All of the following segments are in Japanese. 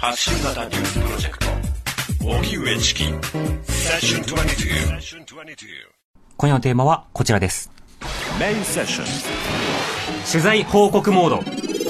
発信型ニュースプロジェクト荻上チキセッション22。 今夜のテーマはこちらです。 メインセッション取材報告モード。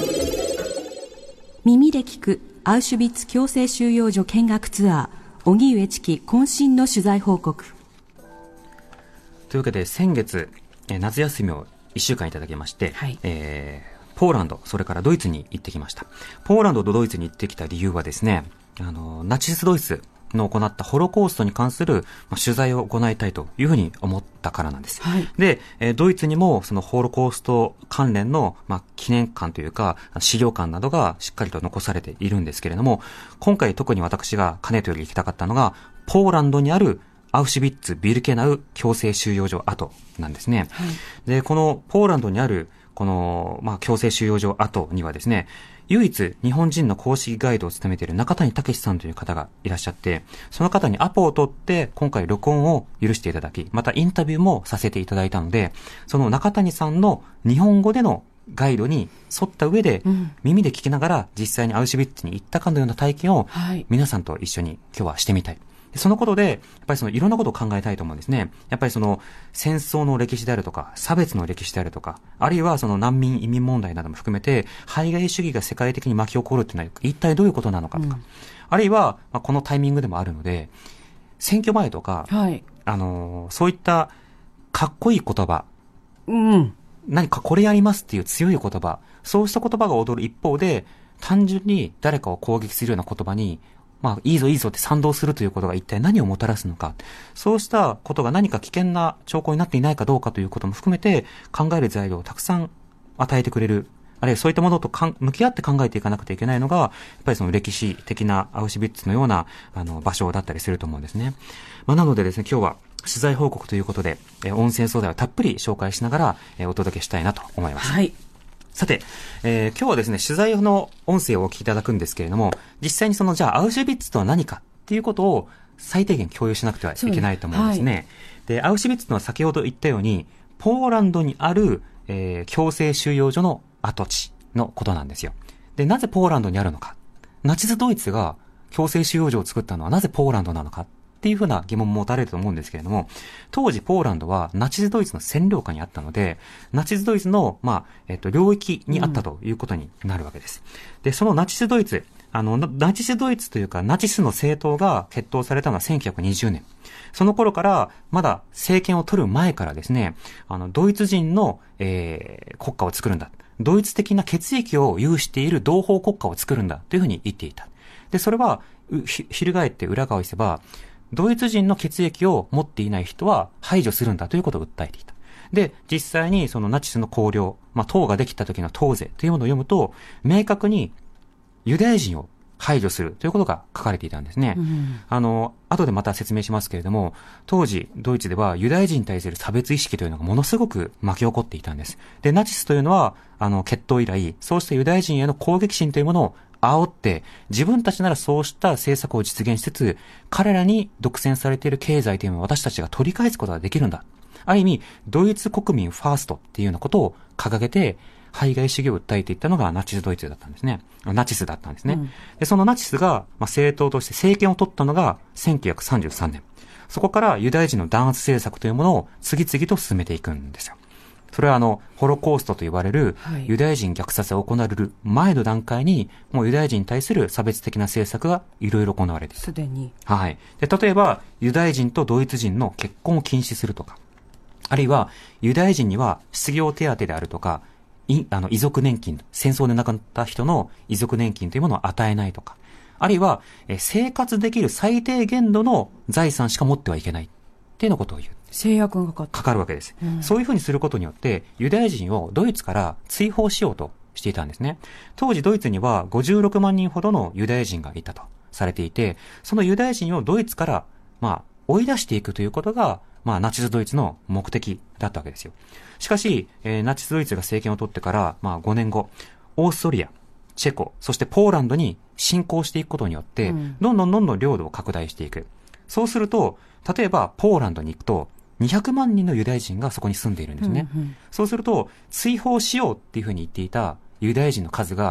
耳で聞くアウシュビッツ強制収容所見学ツアー、荻上チキ渾身の取材報告。 というわけで先月、夏休みを1週間いただきまして、 はい、 ポーランド、それからドイツに行ってきました。ポーランドとドイツに行ってきた理由はですね、ナチスドイツの行ったホロコーストに関する、取材を行いたいというふうに思ったからなんです。 はい、 で、ドイツにもそのホロコースト関連の、記念館というか資料館などがしっかりと残されているんですけれども、今回特に私がかねてより行きたかったのがポーランドにあるアウシュビッツ・ビルケナウ強制収容所跡なんですね。 はい、 で、このポーランドにあるこの、強制収容所跡にはですね、唯一日本人の公式ガイドを務めている中谷武さんという方がいらっしゃって、その方にアポを取って今回録音を許していただき、またインタビューもさせていただいたので、その中谷さんの日本語でのガイドに沿った上で、耳で聞きながら実際にアウシュビッツに行ったかのような体験を皆さんと一緒に今日はしてみたい。そのことで、やっぱりそのいろんなことを考えたいと思うんですね。やっぱりその戦争の歴史であるとか、差別の歴史であるとか、あるいはその難民移民問題なども含めて、排外主義が世界的に巻き起こるっていうのは一体どういうことなのかとか、あるいは、このタイミングでもあるので、選挙前とか、 はい、 そういったかっこいい言葉、何かこれやりますっていう強い言葉、そうした言葉が踊る一方で、単純に誰かを攻撃するような言葉に、いいぞいいぞって賛同するということが一体何をもたらすのか、そうしたことが何か危険な兆候になっていないかどうかということも含めて考える材料をたくさん与えてくれる、あるいはそういったものと向き合って考えていかなくてはいけないのが、やっぱりその歴史的なアウシュビッツのような場所だったりすると思うんですね。なのでですね、今日は取材報告ということで、音声素材をたっぷり紹介しながら、お届けしたいなと思います。 はい。 さて、今日はですね、取材の音声をお聞きいただくんですけれども、実際にじゃあアウシュビッツとは何かっていうことを最低限共有しなくてはいけないと思うんですね。はい、で、アウシュビッツとは先ほど言ったように、ポーランドにある、強制収容所の跡地のことなんですよ。で、なぜポーランドにあるのか。ナチスドイツが強制収容所を作ったのはなぜポーランドなのかっていうふうな疑問も持たれると思うんですけれども、当時ポーランドはナチスドイツの占領下にあったので、ナチスドイツの、領域にあったということになるわけです。で、そのナチスドイツ、ナチスドイツというかナチスの政党が決闘されたのは1920年。その頃から、まだ政権を取る前からですね、ドイツ人の、国家を作るんだ。ドイツ的な血液を有している同胞国家を作るんだというふうに言っていた。で、それは、翻って裏側をせば、ドイツ人の血液を持っていない人は排除するんだということを訴えていた。で、実際にそのナチスの綱領、党ができた時の党是というものを読むと、明確にユダヤ人を排除するということが書かれていたんですね。後でまた説明しますけれども、当時ドイツではユダヤ人に対する差別意識というのがものすごく巻き起こっていたんです。で、ナチスというのは、決闘以来、そうしたユダヤ人への攻撃心というものを煽って、自分たちならそうした政策を実現しつつ、彼らに独占されている経済というのを私たちが取り返すことができるんだ。ある意味、ドイツ国民ファーストっていうようなことを掲げて、排外主義を訴えていったのがナチスドイツだったんですね。ナチスだったんですね。で、そのナチスが、政党として政権を取ったのが1933年。そこからユダヤ人の弾圧政策というものを次々と進めていくんですよ。それはホロコーストと言われるユダヤ人虐殺が行われる前の段階に、もうユダヤ人に対する差別的な政策がいろいろ行われている。 すでに。 はい。で、例えば、ユダヤ人とドイツ人の結婚を禁止するとか、あるいは、ユダヤ人には失業手当であるとか、遺族年金、戦争で亡くなった人の遺族年金というものを与えないとか、あるいは、生活できる最低限度の財産しか持ってはいけないっていうようなことを言う。 制約がかかるわけです。そういうふうにすることによって、ユダヤ人をドイツから追放しようとしていたんですね。当時ドイツには56万人ほどのユダヤ人がいたとされていて、そのユダヤ人をドイツから、追い出していくということが、ナチスドイツの目的だったわけですよ。しかし、ナチスドイツが政権を取ってから、5年後、オーストリア、チェコ、そしてポーランドに侵攻していくことによって、どんどん領土を拡大していく。そうすると、例えばポーランドに行くと、200万人のユダヤ人がそこに住んでいるんですね。そうすると、追放しようっていうふうに言っていたユダヤ人の数が、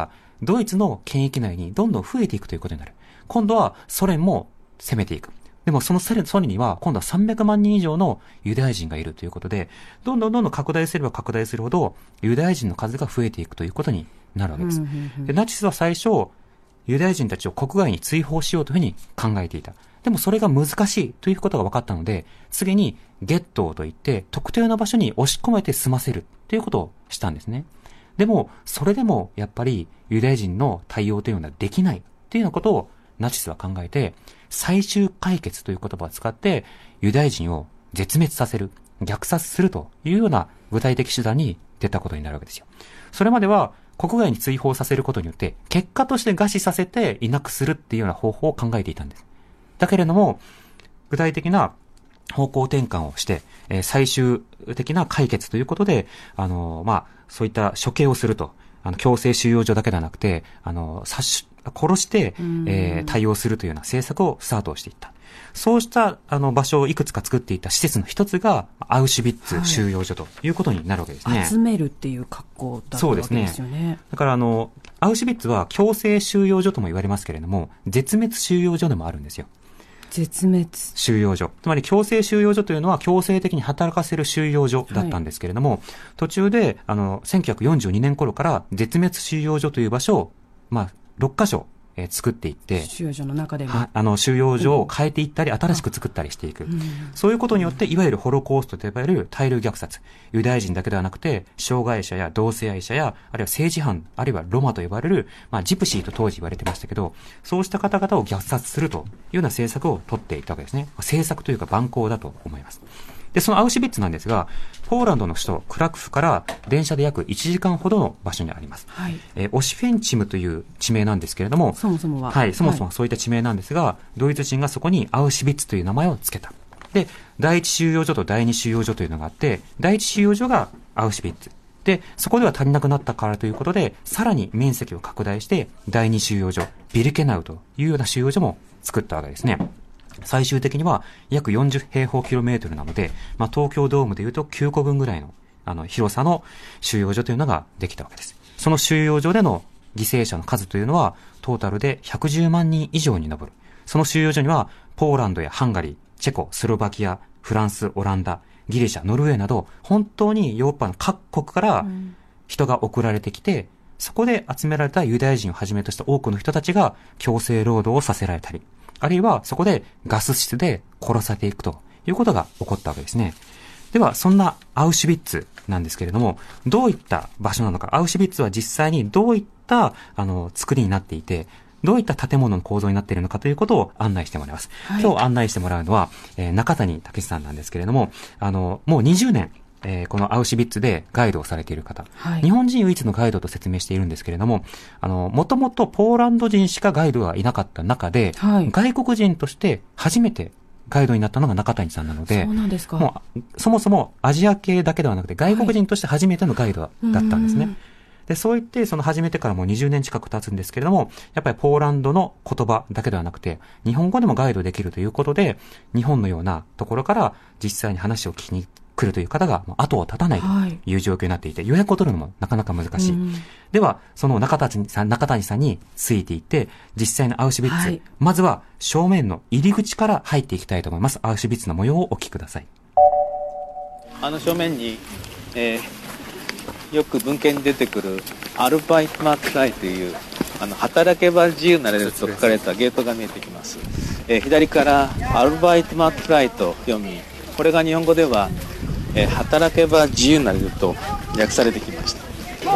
ドイツの権益内にどんどん増えていくということになる。今度はソ連も攻めていく。でもそのソ連には今度は300万人以上のユダヤ人がいるということで、どんどん拡大すれば拡大するほどユダヤ人の数が増えていくということになるわけです。でナチスは最初、ユダヤ人たちを国外に追放しようというふうに考えていた。でもそれが難しいということが分かったので、次にゲットーといって特定の場所に押し込めて済ませるということをしたんですね。でも、それでもやっぱりユダヤ人の対応というのはできないというようなことをナチスは考えて、最終解決という言葉を使ってユダヤ人を絶滅させる、虐殺するというような具体的手段に出たことになるわけですよ。それまでは国外に追放させることによって結果として餓死させていなくするっていうような方法を考えていたんです。だけれども、具体的な方向転換をして、最終的な解決ということで、そういった処刑をすると、強制収容所だけではなくて、殺して、対応するというような政策をスタートをしていった。そうした場所をいくつか作っていた施設の一つがアウシュビッツ収容所ということになるわけですね。 集めるっていう格好だったわけですよね。そうですね。 だからアウシュビッツは強制収容所とも言われますけれども、絶滅収容所でもあるんですよ。 絶滅収容所。つまり強制収容所というのは強制的に働かせる収容所だったんですけれども、途中で1942年頃から絶滅収容所という場所を6カ所作っていって、 収容所の中でも収容所を変えていったり、新しく作ったりしていく。そういうことによって、いわゆるホロコーストと呼ばれる大量虐殺。ユダヤ人だけではなくて、障害者や同性愛者や、あるいは政治犯、あるいはロマと呼ばれる、ジプシーと当時言われてましたけど、そうした方々を虐殺するというような政策を取っていったわけですね。政策というか蛮行だと思います。で、そのアウシュビッツなんですが、ポーランドの首都クラクフから電車で約1時間ほどの場所にあります。 はい、 オシフェンチムという地名なんですけれども、 そもそもは。 はい、そもそもそういった地名なんですが、ドイツ人がそこにアウシュビッツという名前を付けた。で、第一収容所と第二収容所というのがあって、第一収容所がアウシュビッツ。で、そこでは足りなくなったからということで、さらに面積を拡大して、第二収容所、ビルケナウというような収容所も作ったわけですね。最終的には約40平方キロメートルなので、東京ドームでいうと9個分ぐらいの広さの収容所というのができたわけです。その収容所での犠牲者の数というのはトータルで110万人以上に上る。その収容所にはポーランドやハンガリー、チェコ、スロバキア、フランス、オランダ、ギリシャ、ノルウェーなど本当にヨーロッパの各国から人が送られてきて、そこで集められたユダヤ人をはじめとした多くの人たちが強制労働をさせられたり、あるいはそこでガス室で殺されていくということが起こったわけですね。では、そんなアウシュビッツなんですけれども、どういった場所なのか、アウシュビッツは実際にどういった作りになっていて、どういった建物の構造になっているのかということを案内してもらいます。はい、今日案内してもらうのは、中谷武さんなんですけれども、もう20年、このアウシュビッツでガイドをされている方、はい、日本人唯一のガイドと説明しているんですけれども、もともとポーランド人しかガイドがいなかった中で、はい、外国人として初めてガイドになったのが中谷さんなので、 そうなんですか。 もうそもそもアジア系だけではなくて外国人として初めてのガイドだったんですね。はい、で、そう言って、その始めてからもう20年近く経つんですけれども、やっぱりポーランドの言葉だけではなくて、日本語でもガイドできるということで、日本のようなところから実際に話を聞きに来るという方が後を絶たないという状況になっていて、予約を取るのもなかなか難しい。では、その中谷さんについていって、実際のアウシュビッツ、はい、まずは正面の入り口から入っていきたいと思います。アウシュビッツの模様をお聞きください。 正面に、よく文献に出てくるアルバイトマットライという働けば自由になれると書かれたゲートが見えてきます。左からアルバイトマットライと読み、これが日本語では、働けば自由になれると訳されてきました。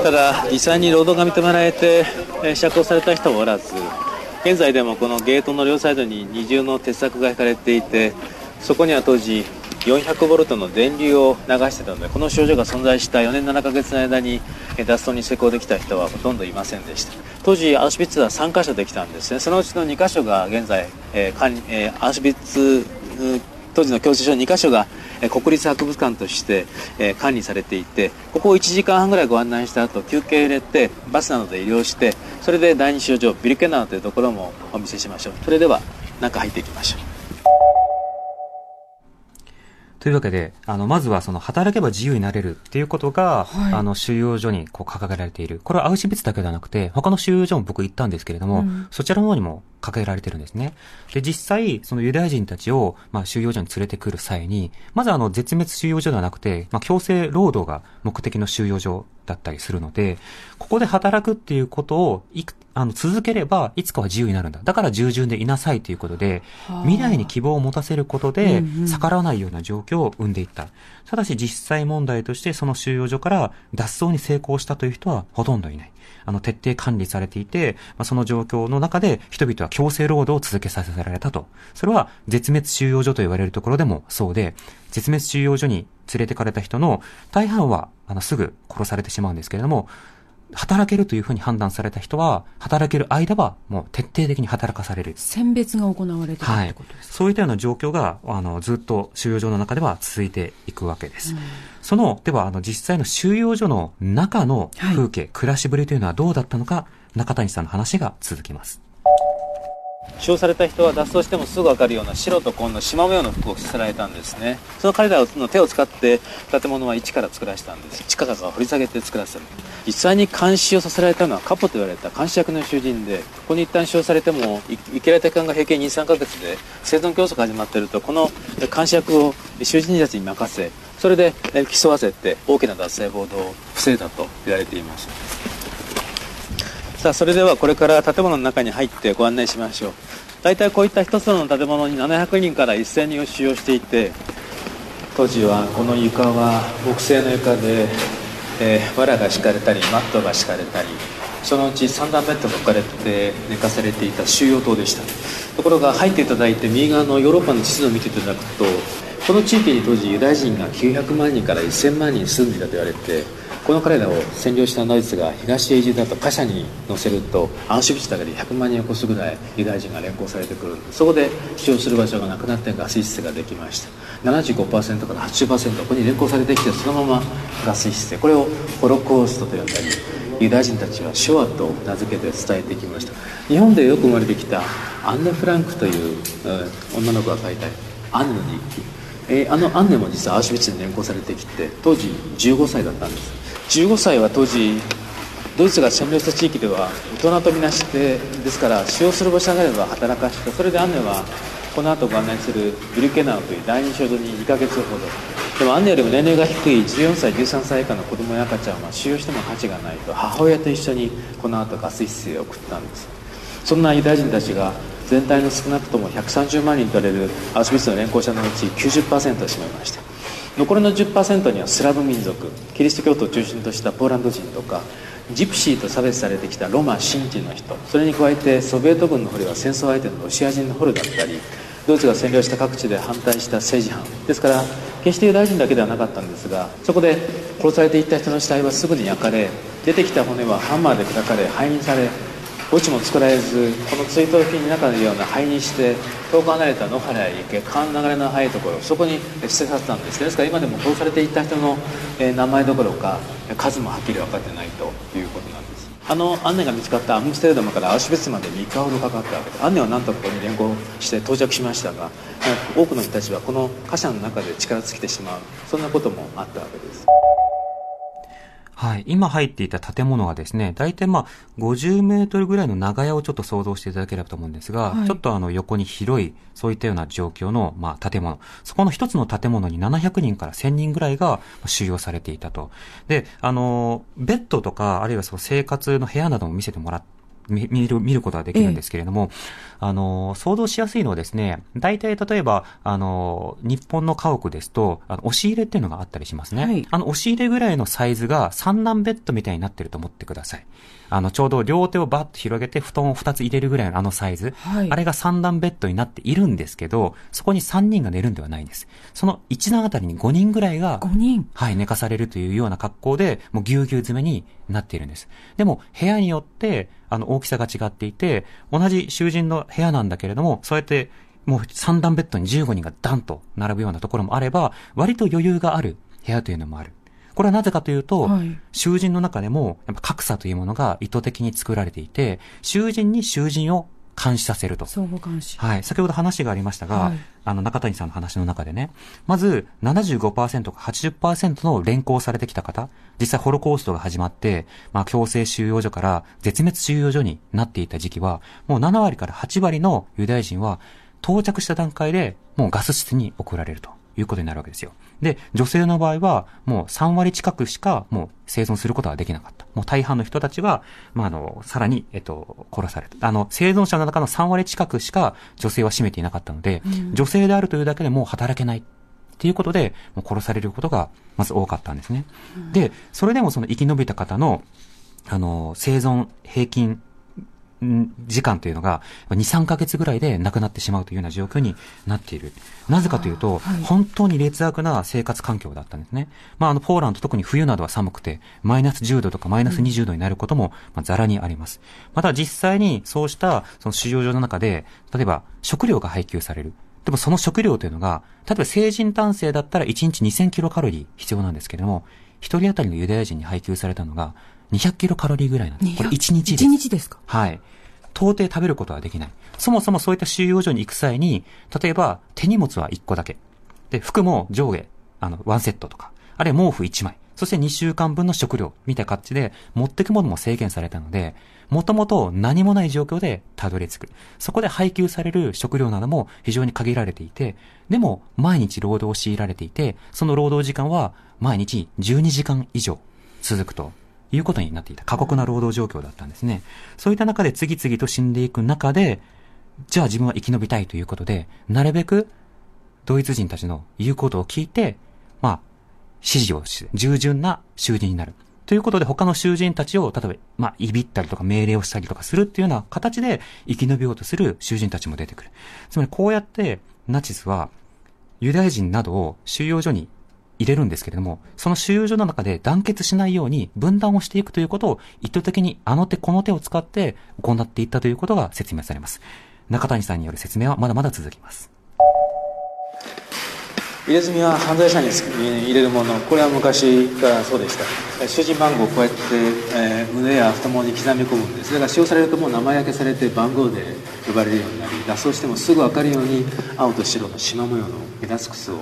ただ実際に労働が認められて、釈放された人はおらず、現在でもこのゲートの両サイドに二重の鉄柵が引かれていて、そこには当時400ボルトの電流を流していたので、この症状が存在した4年7ヶ月の間に脱走に成功できた人はほとんどいませんでした。当時アウシュビッツは3カ所できたんですね。そのうちの2カ所が現在、アウシュビッツ当時の強制所2カ所が国立博物館として、管理されていて、ここを1時間半ぐらいご案内した後、休憩入れてバスなどで移動して、それで第2収容所ビルケナウというところもお見せしましょう。それでは中入っていきましょう。 というわけで、まずはその働けば自由になれるっていうことが、はい、収容所にこう掲げられている。これはアウシュビッツだけではなくて、他の収容所も僕行ったんですけれども、そちらの方にも掲げられてるんですね。で、実際、そのユダヤ人たちを、収容所に連れてくる際に、まず絶滅収容所ではなくて、強制労働が目的の収容所だったりするので、ここで働くっていうことを続ければいつかは自由になるんだ。だから従順でいなさいということで、未来に希望を持たせることで逆らわないような状況を生んでいった。ただし実際問題としてその収容所から脱走に成功したという人はほとんどいない。徹底管理されていて、その状況の中で人々は強制労働を続けさせられたと。それは絶滅収容所と言われるところでもそうで、絶滅収容所に連れてかれた人の大半はすぐ殺されてしまうんですけれども、働けるというふうに判断された人は、働ける間はもう徹底的に働かされる。 選別が行われているということですか。 そういったような状況が、ずっと収容所の中では続いていくわけです。では、実際の収容所の中の風景、暮らしぶりというのはどうだったのか、中谷さんの話が続きます。 使用された人は脱走してもすぐ分かるような白と紺の縞模様の服を着せられたんですね。その彼らの手を使って建物は一から作らせたんです。地下から掘り下げて作らせる。実際に監視をさせられたのはカポと言われた監視役の囚人で、ここに一旦使用されても生きられた期間が平均 2,3 ヶ月で生存競争が始まっていると、この監視役を囚人たちに任せ、それで競わせて大きな脱税暴動を防いだと言われています。さあ、それではこれから建物の中に入ってご案内しましょう。大体こういった一つの建物に700人から1000人を収容していて、当時はこの床は木製の床で、藁が敷かれたりマットが敷かれたり、そのうち3段ベッドが置かれて寝かされていた収容棟でした。ところが入っていただいて右側のヨーロッパの地図を見ていただくと、この地域に当時ユダヤ人が900万人から1000万人住んでいたと言われて、この彼らを占領したドイツが東エジプトだと貨車に乗せるとアウシュビッツだけで100万人を超すぐらいユダヤ人が連行されてくる。そこで使用する場所がなくなってガス室ができました。 75% から 80% ここに連行されてきて、そのままガス室で、これをホロコーストと呼んだり、ユダヤ人たちはショアと名付けて伝えてきました。日本でよく生まれてきたアンネ・フランクという女の子が書いたアンネの日記、アンネも実はアウシュビッツに連行されてきて、当時15歳だったんです。15歳は当時ドイツが占領した地域では大人とみなして、ですから使用する場所があれば働かして、それでアンネはこの後ご案内するビルケナウという第二少女に2ヶ月ほど。でもアンネよりも年齢が低い14歳13歳以下の子供や赤ちゃんは収容しても価値がないと、母親と一緒にこの後ガス室へ送ったんです。そんなユダヤ人たちが全体の少なくとも130万人とれるアウシュビッツの連行者のうち 90% を占めました。残りの 10% にはスラブ民族、キリスト教徒を中心としたポーランド人とか、ジプシーと差別されてきたロマ新人の人、それに加えてソビエト軍の捕虜は戦争相手のロシア人の捕虜だったり、ドイツが占領した各地で反対した政治犯ですから、決してユダヤ人だけではなかったんですが、そこで殺されていった人の死体はすぐに焼かれ、出てきた骨はハンマーで砕かれ灰にされ、墓地も作られず、この追悼碑の中のような灰にして遠く離れた野原や池、川の流れの速いところ、そこに捨て去ったんです。ですから今でも殺されていった人の名前どころか数もはっきり分かってないということなんです。アンネが見つかったアムステルダムからアウシュビッツまで3日ほどかかったわけです。アンネはなんとここに連行して到着しましたが、多くの人たちはこの貨車の中で力尽きてしまう、そんなこともあったわけです。 はい。今入っていた建物はですね、大体50メートルぐらいの長屋をちょっと想像していただければと思うんですが、はい、ちょっと横に広い、そういったような状況の、建物。そこの一つの建物に700人から1000人ぐらいが収容されていたと。で、ベッドとか、あるいはその生活の部屋なども見せてもらって、見ることができるんですけれども、想像しやすいのはですね、大体例えば、日本の家屋ですと、押し入れっていうのがあったりしますね。はい、押し入れぐらいのサイズが3段ベッドみたいになってると思ってください。ちょうど両手をバッと広げて布団を2つ入れるぐらいのサイズ。はい、あれが3段ベッドになっているんですけど、そこに3人が寝るんではないんです。その1段あたりに5人ぐらいが、はい、寝かされるというような格好で、もうぎゅうぎゅう詰めになっているんです。でも、部屋によって、大きさが違っていて、同じ囚人の部屋なんだけれども、そうやって、もう3段ベッドに15人がダンと並ぶようなところもあれば、割と余裕がある部屋というのもある。これはなぜかというと、はい、囚人の中でも、やっぱ格差というものが意図的に作られていて、囚人に囚人を監視させると。 相互監視。 はい。先ほど話がありましたが、 はい、 中谷さんの話の中でね、まず 75% か 80% の連行されてきた方、実際ホロコーストが始まって、強制収容所から絶滅収容所になっていた時期は、もう7割から8割のユダヤ人は到着した段階でもうガス室に送られるということになるわけですよ。で、女性の場合はもう3割近くしかもう生存することはできなかった。もう大半の人たちが、さらに、殺された。生存者の中の3割近くしか女性は占めていなかったので、女性であるというだけでもう働けない。っていうことで、もう殺されることがまず多かったんですね。で、それでもその生き延びた方の、生存平均時間というのが2、3ヶ月ぐらいで亡くなってしまうというような状況になっている。なぜかというと、本当に劣悪な生活環境だったんですね。ポーランド特に冬などは寒くて、マイナス10度とかマイナス20度になることも、ざらにあります。また実際にそうしたその収容所の中で、例えば食料が配給される。でもその食料というのが、例えば成人男性だったら1日2000キロカロリー必要なんですけれども、一人当たりのユダヤ人に配給されたのが200キロカロリーぐらいなんです。これ1日です。 1日ですか？ はい。到底食べることはできない。そもそもそういった収容所に行く際に、例えば手荷物は1個だけ。で、服も上下、1セットとか、あるいは毛布1枚。そして2週間分の食料、みたいな形で持ってくものも制限されたので、もともと何もない状況でたどり着く。そこで配給される食料なども非常に限られていて、でも毎日労働を強いられていて、その労働時間は毎日12時間以上続くということになっていた。過酷な労働状況だったんですね。そういった中で次々と死んでいく中で、じゃあ自分は生き延びたいということで、なるべくドイツ人たちの言うことを聞いて、指示をして、従順な囚人になる。ということで他の囚人たちを、例えば、いびったりとか命令をしたりとかするっていうような形で生き延びようとする囚人たちも出てくる。つまりこうやってナチスはユダヤ人などを収容所に入れるんですけれども、その収容所の中で団結しないように分断をしていくということを意図的にあの手この手を使って行っていったということが説明されます。中谷さんによる説明はまだまだ続きます。 入れ墨は犯罪者に入れるもの、これは昔からそうでした。囚人番号をこうやって、胸や太ももに刻み込むんです。だから使用されるともう名前焼けされて番号で呼ばれるようになり、脱走してもすぐ分かるように青と白の縞模様の目立つ靴を、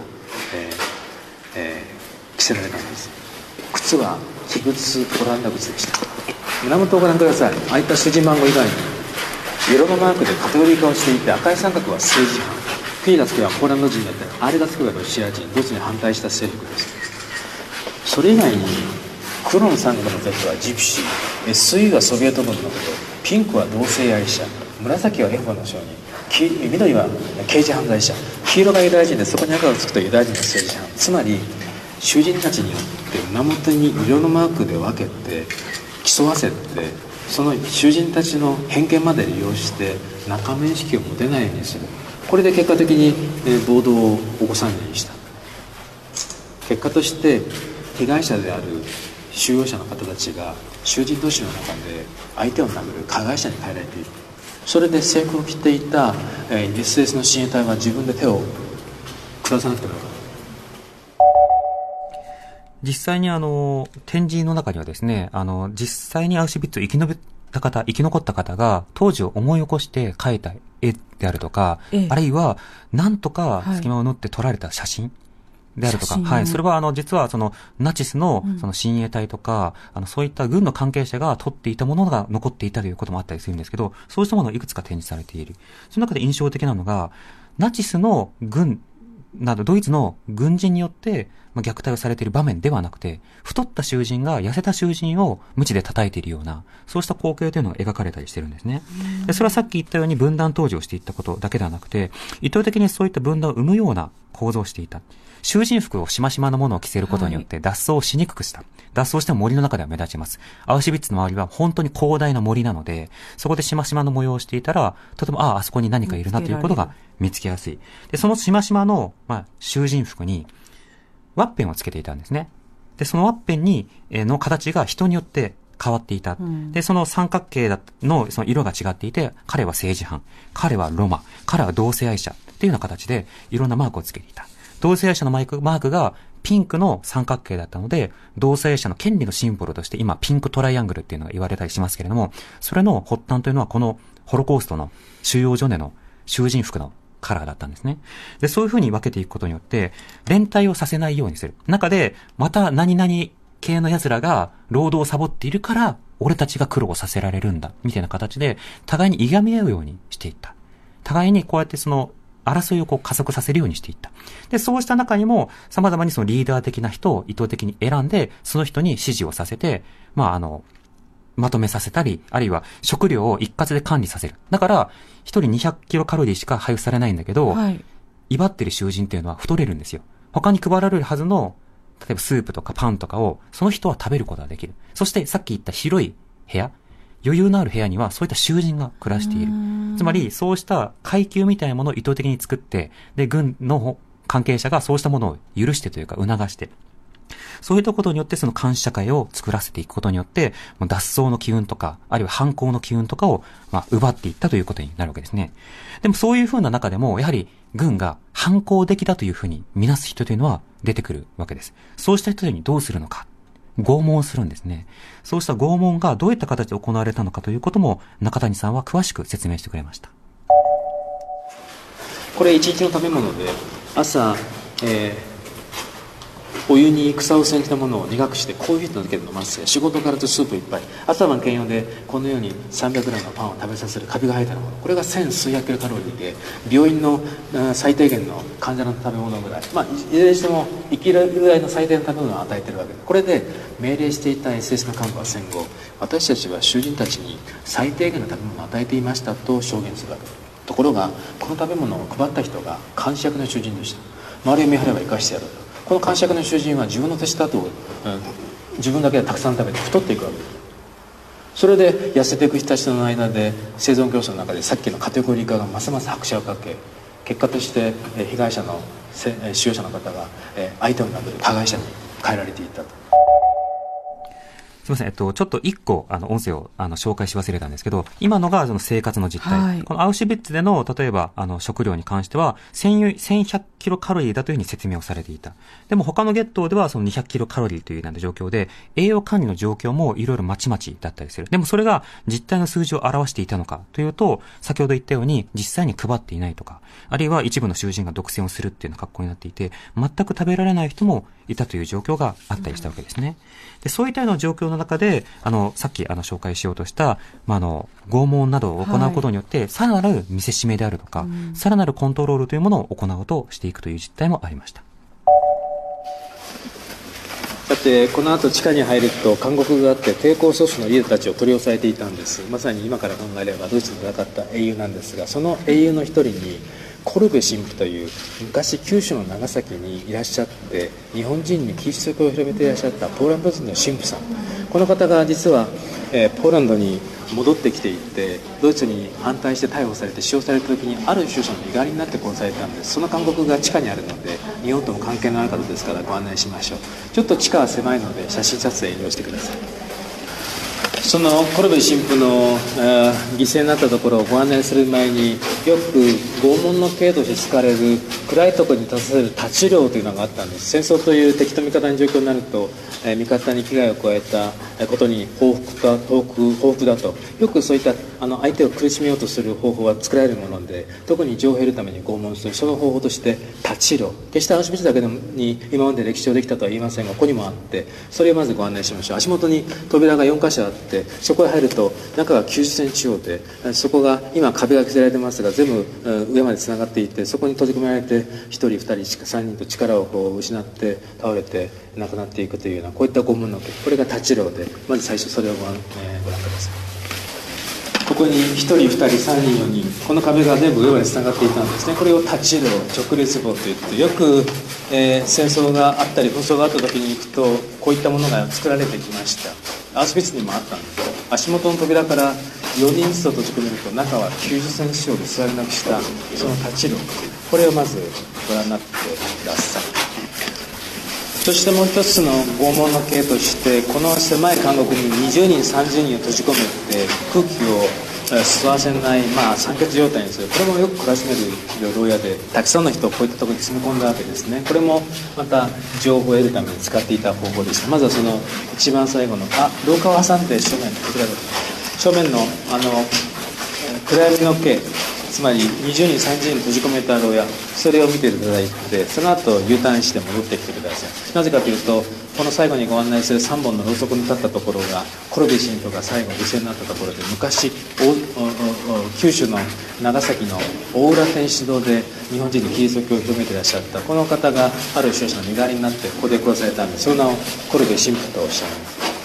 着せられたんです。靴は非靴オランダ靴でした。胸元をご覧ください。ああいった囚人番号以外に色のマークでカテゴリー化をしていて、赤い三角は政治犯、P がつけばポーランド人だったり、R がつけばロシア人、ドイツに反対した勢力です。それ以外に黒の三角の Z はジプシー、SE がソビエト軍のこと、ピンクは同性愛者、紫はエホバの証人、緑は刑事犯罪者、黄色がユダヤ人でそこに赤がつくとユダヤ人の政治犯。つまり囚人たちによって胸元に色のマークで分けて競わせて、その囚人たちの偏見まで利用して仲間意識を持てないようにする。これで結果的に暴動を起こさないようにした。結果として被害者である収容者の方たちが囚人同士の中で相手を殴る加害者に変えられている。それで制服を着ていた SS の親衛隊は自分で手を下さなくてもよかった。 実際に展示の中にはですね、実際にアウシュビッツを生き残った方が当時を思い起こして描いた絵であるとか、あるいはなんとか隙間を縫って撮られた写真であるとか、はい、それは実はそのナチスのその親衛隊とか、そういった軍の関係者が撮っていたものが残っていたということもあったりするんですけど、そうしたものがいくつか展示されている。その中で印象的なのが、ナチスの軍などドイツの軍人によって虐待をされている場面ではなくて、太った囚人が痩せた囚人を鞭で叩いているような、そうした光景というのが描かれたりしてるんですね。で、それはさっき言ったように分断統治をしていったことだけではなくて、意図的にそういった分断を生むような構造をしていた。囚人服をしましまのものを着せることによって脱走をしにくくした。脱走しても森の中では目立ちます。アウシュビッツの周りは本当に広大な森なので、そこでしましまの模様をしていたら、とてもあそこに何かいるなということが見つけやすい。で、そのしましまの囚人服にワッペンをつけていたんですね。で、そのワッペンの形が人によって変わっていた。で、その三角形のその色が違っていて、彼は政治犯、彼はロマ、彼は同性愛者っていうような形でいろんなマークをつけていた。同性愛者のマークがピンクの三角形だったので、同性愛者の権利のシンボルとして今ピンクトライアングルっていうのが言われたりしますけれども、それの発端というのはこのホロコーストの収容所での囚人服のカラーだったんですね。で、そういう風に分けていくことによって、連帯をさせないようにする。中で、また何々系の奴らが労働をサボっているから、俺たちが苦労させられるんだ、みたいな形で、互いにいがみ合うようにしていった。互いにこうやってその、争いを加速させるようにしていった。で、そうした中にも、様々にそのリーダー的な人を意図的に選んで、その人に指示をさせて、まとめさせたり、あるいは食料を一括で管理させる。だから、一人200キロカロリーしか配布されないんだけど、威張ってる囚人っていうのは太れるんですよ。他に配られるはずの、例えばスープとかパンとかを、その人は食べることができる。そしてさっき言った広い部屋、余裕のある部屋にはそういった囚人が暮らしている。つまり、そうした階級みたいなものを意図的に作って、で、軍の関係者がそうしたものを許してというか促して、そういったことによってその監視社会を作らせていくことによって、脱走の機運とか、あるいは反抗の機運とかを、奪っていったということになるわけですね。でもそういう風な中でも、やはり軍が反抗的だという風に見なす人というのは出てくるわけです。そうした人にどうするのか。拷問をするんですね。そうした拷問がどういった形で行われたのかということも、中谷さんは詳しく説明してくれました。 これ一日の食べ物で、朝、お湯に草を煎じたものを苦くしてコーヒーとだけで飲ませ、仕事からとスープいっぱい、朝晩兼用でこのように 300g のパンを食べさせるカビが生えたもの、これが1000数百キロカロリーで、病院の最低限の患者の食べ物ぐらい、いずれにしても生きるぐらいの最低の食べ物を与えているわけです。これで命令していた SS の幹部は戦後、私たちは囚人たちに最低限の食べ物を与えていましたと証言するわけです。ところがこの食べ物を配った人が監視役の囚人でした。周りを見張れば生かしてやると。この監視役の囚人は自分の手下と、自分だけでたくさん食べて太っていくわけです。それで痩せていく人たちの間で生存競争の中でさっきのカテゴリー化がますます拍車をかけ、結果として被害者の使用者の方が相手を殴る加害者に変えられていったと。 すみません。ちょっと一個、音声を、紹介し忘れたんですけど、今のが、その生活の実態。このアウシュビッツでの、例えば、食料に関しては、1100キロカロリーだというふうに説明をされていた。でも他のゲットでは、その200キロカロリーというような状況で、栄養管理の状況もいろいろまちまちだったりする。でもそれが実態の数字を表していたのかというと、先ほど言ったように、実際に配っていないとか、あるいは一部の囚人が独占をするっていうような格好になっていて、全く食べられない人もいたという状況があったりしたわけですね。で、そういったような状況の中で、さっき紹介しようとした、拷問などを行うことによって、さらなる見せしめであるとか、さらなるコントロールというものを行おうとしていくという実態もありました。 さて、この後地下に入ると監獄があって抵抗組織のリーダーたちを取り押さえていたんです。まさに今から考えればドイツで戦った英雄なんですが、その英雄の一人にコルベ神父という昔九州の長崎にいらっしゃって日本人にキリスト教を広めていらっしゃったポーランド人の神父さん、この方が実は、ポーランドに戻ってきていてドイツに反対して逮捕されて使用された時にある首相の身代わりになって殺されたんです。その監獄が地下にあるので日本とも関係のある方ですからご案内しましょう。ちょっと地下は狭いので写真撮影遠慮してください。そのコルベ神父の犠牲になったところをご案内する前によく拷問の刑として使われる暗いところに立たせる太刀猟というのがあったんです。戦争という敵と味方の状況になると味方に危害を加えたことに報復だとよくそういった相手を苦しめようとする方法は作られるもので、特に情を減るために拷問するその方法として太刀猟、決してアウシュビッツだけに今まで歴史上できたとは言いませんがここにもあってそれをまずご案内しましょう。足元に扉が4箇所あってそこへ入ると中が90センチ四方でそこが今壁が削られてますが全部上までつながっていてそこに閉じ込められて1人2人3人と力を失って倒れて亡くなっていくというようなこういった拷問の刑、これが太刀猟でまず最初それをご覧ください。ここに1人2人3人4人この壁が全部上までつながっていたんですね。これを太刀猟直列棒といってよく、戦争があったり紛争があった時に行くとこういったものが作られてきました。アウシュビッツにもあったんです。足元の扉から4人ずつ閉じ込めると中は90センチ四方で座りなくしたその太刀猟、これをまずご覧になってください。そしてもう一つの拷問の刑としてこの狭い監獄に20人30人を閉じ込めて空気を吸わせない、酸欠状態にする。これもよく懲らしめる牢屋で、たくさんの人をこういったところに詰め込んだわけですね。これもまた情報を得るために使っていた方法でした。まずはその一番最後の廊下を挟んで正面、こちらです。正面の暗闇の径、つまり20人30人閉じ込めた牢屋、それを見ていただいて、その後 U ターンして戻ってきてください。なぜかというと、この最後にご案内する3本のろうそくに立ったところがコルビ神父が最後犠牲になったところで、昔九州の長崎の大浦天主堂で日本人にキリスト教を広めていらっしゃったこの方がある少子の身代わりになってここで殺されたんで、その名をコルビ神父とおっしゃい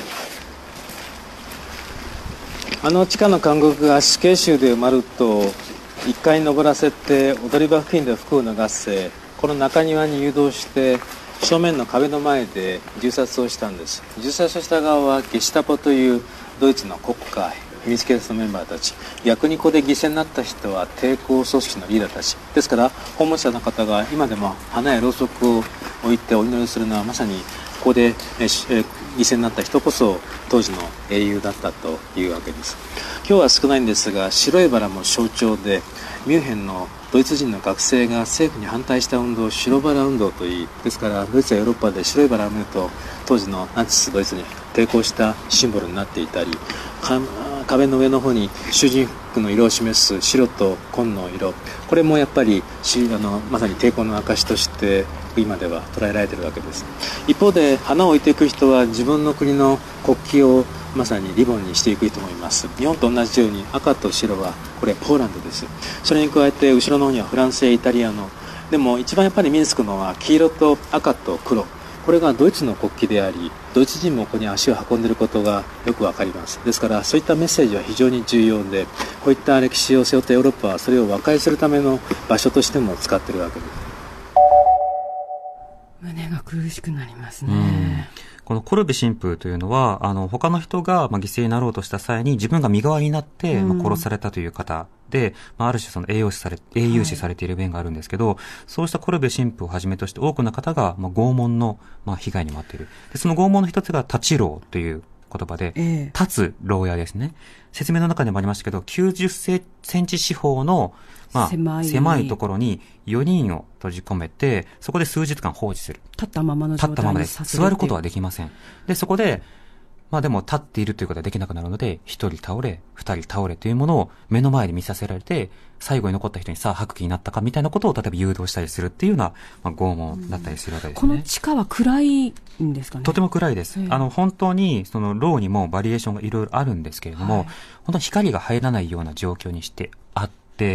ます。地下の監獄が死刑囚で埋まると1階に登らせて踊り場付近で服を脱がせ、この中庭に誘導して正面の壁の前で銃殺をしたんです。銃殺をした側はゲシュタポというドイツの国家秘密警察のメンバーたち、逆にここで犠牲になった人は抵抗組織のリーダーたちですから、訪問者の方が今でも花やろうそくを置いてお祈りするのはまさにここで犠牲になった人こそ当時の英雄だったというわけです。今日は少ないんですが、白いバラも象徴で、ミュンヘンのドイツ人の学生が政府に反対した運動を白バラ運動といい、ですからドイツやヨーロッパで白いバラを見ると当時のナチスドイツに抵抗したシンボルになっていたり、壁の上の方に囚人服の色を示す白と紺の色、これもやっぱりまさに抵抗の証として今では捉えられているわけです。一方で花を置いていく人は自分の国の国旗をまさにリボンにしていく人もいます。日本と同じように赤と白はこれポーランドです。それに加えて後ろの方にはフランスやイタリアの、でも一番やっぱり目につくのは黄色と赤と黒、これがドイツの国旗であり、ドイツ人もここに足を運んでいることがよくわかります。ですからそういったメッセージは非常に重要で、こういった歴史を背負ったヨーロッパはそれを和解するための場所としても使っているわけです。 胸が苦しくなりますね。 このコルビ神父というのは、他の人が犠牲になろうとした際に自分が身代わりになって殺されたという方で、ある種その英雄視されている面があるんですけど、そうしたコルビ神父をはじめとして多くの方が拷問の被害に遭っている。で、その拷問の一つが立ち牢という言葉で、立つ牢屋ですね。説明の中でもありましたけど、90センチ四方の狭いところに4人を閉じ込めて、そこで数日間放置する。 立ったままの状態にさせる。 座ることはできません。で、そこで、でも立っているということはできなくなるので、1人倒れ、2人倒れというものを目の前で見させられて、最後に残った人にさあ吐く気になったかみたいなことを例えば誘導したりするっていうような、拷問だったりするわけですね。 この地下は暗いんですかね。 とても暗いです。本当にその牢にもバリエーションがいろいろあるんですけれども、本当に光が入らないような状況にしてあって、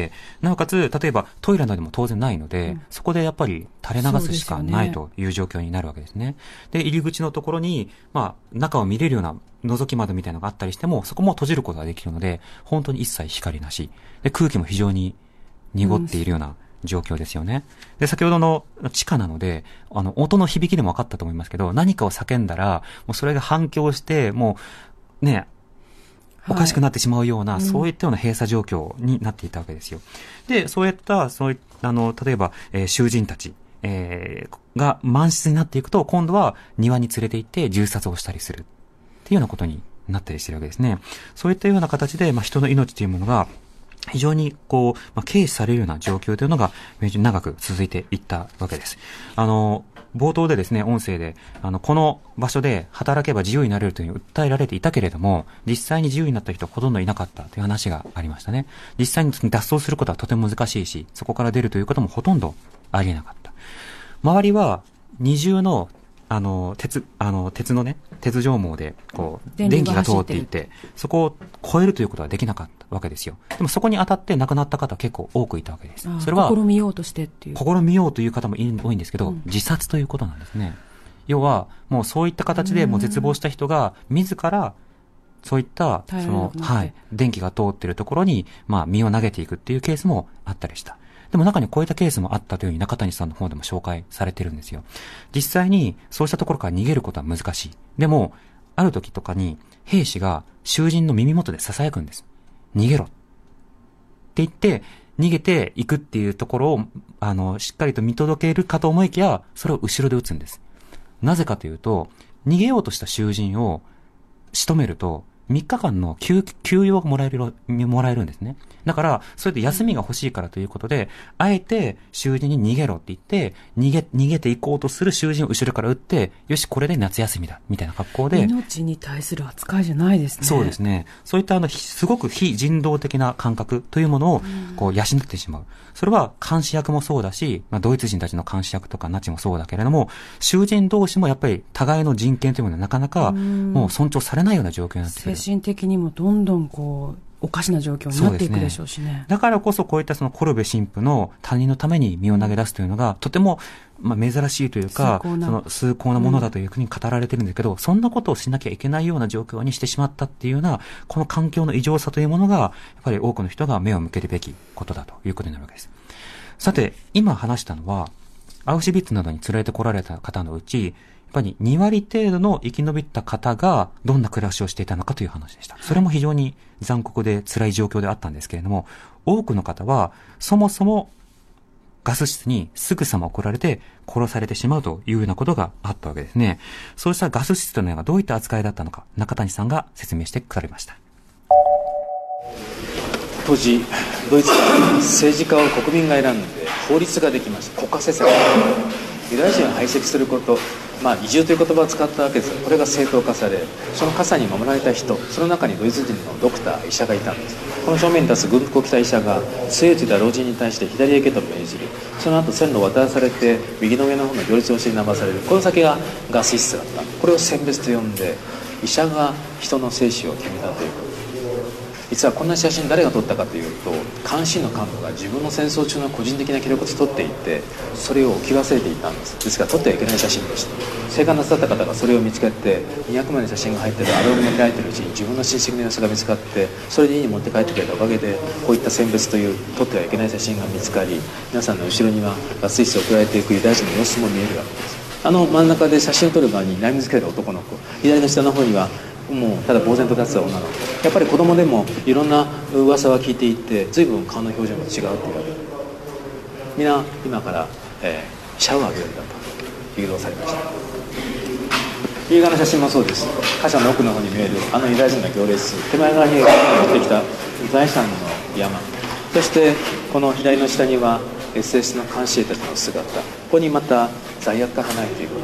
なおかつ例えばトイレなども当然ないので、そこでやっぱり垂れ流すしかないという状況になるわけですね。で、入り口のところに中を見れるような覗き窓みたいなのがあったりしても、そこも閉じることができるので、本当に一切光なしで、空気も非常に濁っているような状況ですよね。で、先ほどの地下なので、音の響きでも分かったと思いますけど、何かを叫んだらもうそれが反響して、もうね、おかしくなってしまうような、そういったような閉鎖状況になっていたわけですよ。で、例えば、囚人たち、が満室になっていくと、今度は庭に連れて行って銃殺をしたりするっていうようなことになったりしているわけですね。そういったような形で、人の命というものが非常に軽視されるような状況というのが非常に長く続いていったわけです。冒頭でですね、音声で、この場所で働けば自由になれるというふうに訴えられていたけれども、実際に自由になった人はほとんどいなかったという話がありましたね。実際に脱走することはとても難しいし、そこから出るということもほとんどありえなかった。周りは二重の鉄のね、鉄条網で、電気が通っていて、そこを越えるということはできなかったわけですよ。でもそこに当たって亡くなった方は結構多くいたわけです。それは、 試みようとしてっていう。 試みようという方も多いんですけど、自殺ということなんですね。要は、もうそういった形でもう絶望した人が、自ら、そういった、電気が通っているところに、身を投げていくっていうケースもあったりした。でも中にこういったケースもあったというふうに中谷さんの方でも紹介されてるんですよ。実際にそうしたところから逃げることは難しい。でも、ある時とかに兵士が囚人の耳元で囁くんです。逃げろ。って言って、逃げていくっていうところを、しっかりと見届けるかと思いきや、それを後ろで撃つんです。なぜかというと、逃げようとした囚人を仕留めると、 3日間の休養がもらえるんですね。だから、それで休みが欲しいからということで、あえて囚人に逃げろって言って、逃げていこうとする囚人を後ろから撃って、よし、これで夏休みだ、みたいな格好で。 命に対する扱いじゃないですね。 そうですね。そういったすごく非人道的な感覚というものを、こう、養ってしまう。それは監視役もそうだし、ドイツ人たちの監視役とかナチもそうだけれども、囚人同士もやっぱり互いの人権というものはなかなかもう尊重されないような状況になってくる。 精神的にもどんどんおかしな状況になっていくでしょうしね。 だからこそこういったそのコルベ神父の他人のために身を投げ出すというのがとても珍しいというか、崇高なものだというふうに語られてるんだけど、そんなことをしなきゃいけないような状況にしてしまったっていうような、この環境の異常さというものが、やっぱり多くの人が目を向けるべきことだということになるわけです。さて、今話したのは、アウシュビッツなどに連れてこられた方のうち、やっぱり2割程度の生き延びた方がどんな暮らしをしていたのかという話でした。それも非常に残酷で辛い状況であったんですけれども、多くの方はそもそもガス室にすぐさま送られて殺されてしまうというようなことがあったわけですね。そうしたガス室というのはどういった扱いだったのか、中谷さんが説明してくださいました。 当時ドイツは政治家を国民が選んで法律ができました。国家政策、ユダヤ人を排斥すること、移住という言葉を使ったわけですが、これが正当化され、その傘に守られた人、その中にドイツ人のドクター、医者がいたんです。この正面に立つ軍服を着た医者が杖をついた老人に対して左へ行けと命じる。その後線路を渡らされて右の上の方の行列をして流される。この先がガス室だった。これを選別と呼んで、医者が人の生死を決めたということ。実はこんな写真誰が撮ったかというと、監視員の幹部が自分の戦争中の個人的な記録を撮っていて、それを置き忘れていたんです。ですから撮ってはいけない写真でした。生還なさった方がそれを見つけて、200枚の写真が入っているアルバムを開いているうちに自分の親戚の様子が見つかって、それで家に持って帰ってくれたおかげで、こういった選別という撮ってはいけない写真が見つかり、皆さんの後ろにはガス室を送られていくユダヤ人の様子も見えるわけです。真ん中で写真を撮る側に悩みつける男の子、左の下の方にはもうただ呆然と立つ女の子、やっぱり子供でもいろんな噂は聞いていて、随分顔の表情が違うというわけで、皆今から、シャワーを浴びるんだと誘導されました。右側の写真もそうです。貨車の奥の方に見えるユダヤ人の行列、手前側に持ってきた財産の山、そしてこの左の下には SS の監視兵たちの姿、ここにまた罪悪感がないということ。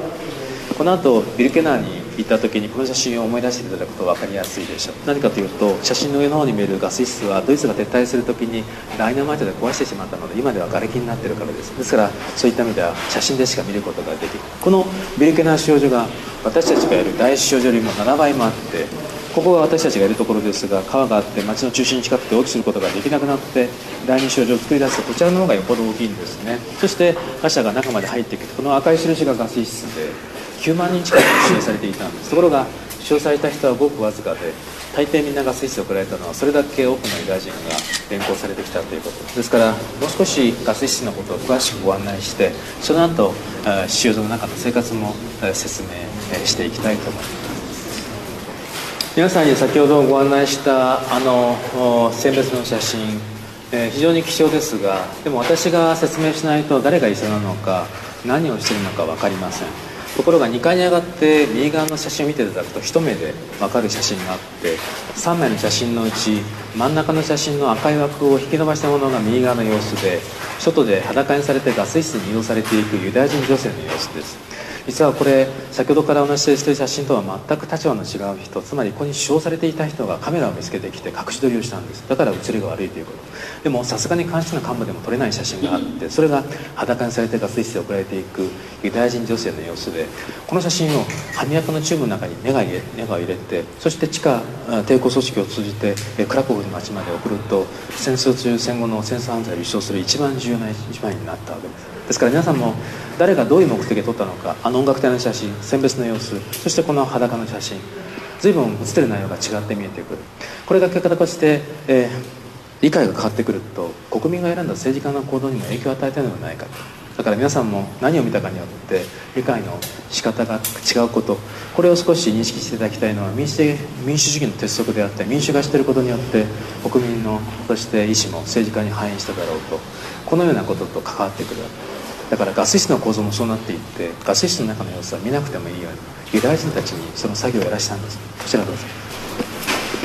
この後ビルケナーに行った時にこの写真を思い出していただくと分かりやすいでしょう。何かというと、写真の上の方に見えるガス室はドイツが撤退する時にダイナマイトで壊してしまったので、今では瓦礫になっているからです。ですからそういった意味では写真でしか見ることができる。このビルケナー収容所が私たちがいる第一収容所よりも7倍もあって、ここが私たちがいるところですが、川があって町の中心に近くて大きくすることができなくなって、第二収容所を作り出すと、こちらの方がよっぽど大きいんですね。そして貨車が中まで入ってきて、この赤い印がガス室で9万人近く収容されていたんです。ところが収容された人はごくわずかで、大抵みんなガス室で送られたのはそれだけ多くのユダヤ人が連行されてきたということですから、もう少しガス室のことを詳しくご案内して、その後収容所の中の生活も説明していきたいと思います。皆さんに先ほどご案内した選別の写真、非常に貴重ですが、でも私が説明しないと誰が医者なのか何をしているのか分かりません。ところが2階に上がって右側の写真を見ていただくと一目で分かる写真があって、3枚の写真のうち真ん中の写真の赤い枠を引き伸ばしたものが右側の様子で、外で裸にされてガス室に移動されていくユダヤ人女性の様子です。実はこれ、先ほどからお話ししている写真とは全く立場の違う人、つまりここに使用されていた人がカメラを見つけてきて隠し撮りをしたんです。だから写りが悪いということ。でもさすがに監視の幹部でも撮れない写真があって、それが裸にされてガス室で送られていくユダヤ人女性の様子で、この写真を歯磨きのチューブの中にネガを入れて、そして地下抵抗組織を通じてクラクフの町まで送ると、戦争中戦後の戦争犯罪を立証する一番重要な一枚になったわけです。ですから皆さんも誰がどういう目的で撮ったのか、音楽隊の写真、選別の様子、そしてこの裸の写真、随分写ってる内容が違って見えてくる。これが結果として、理解が変わってくると、国民が選んだ政治家の行動にも影響を与えているのではないかと。だから皆さんも何を見たかによって理解の仕方が違うこと、これを少し認識していただきたいのは、民主主義の鉄則であって、民主化していることによって国民のそして意思も政治家に反映しただろうと、このようなことと関わってくるわけです。だからガス室の構造もそうなっていって、ガス室の中の様子は見なくてもいいようにユダヤ人たちにその作業をやらしたんです。こちらどうぞ。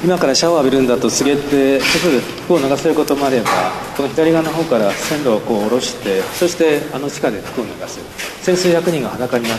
今からシャワーを浴びるんだと告げてすぐ服を脱がせることもあれば、この左側の方から線路をこう下ろして、そして地下で服を脱がせる。千数百人が裸になって、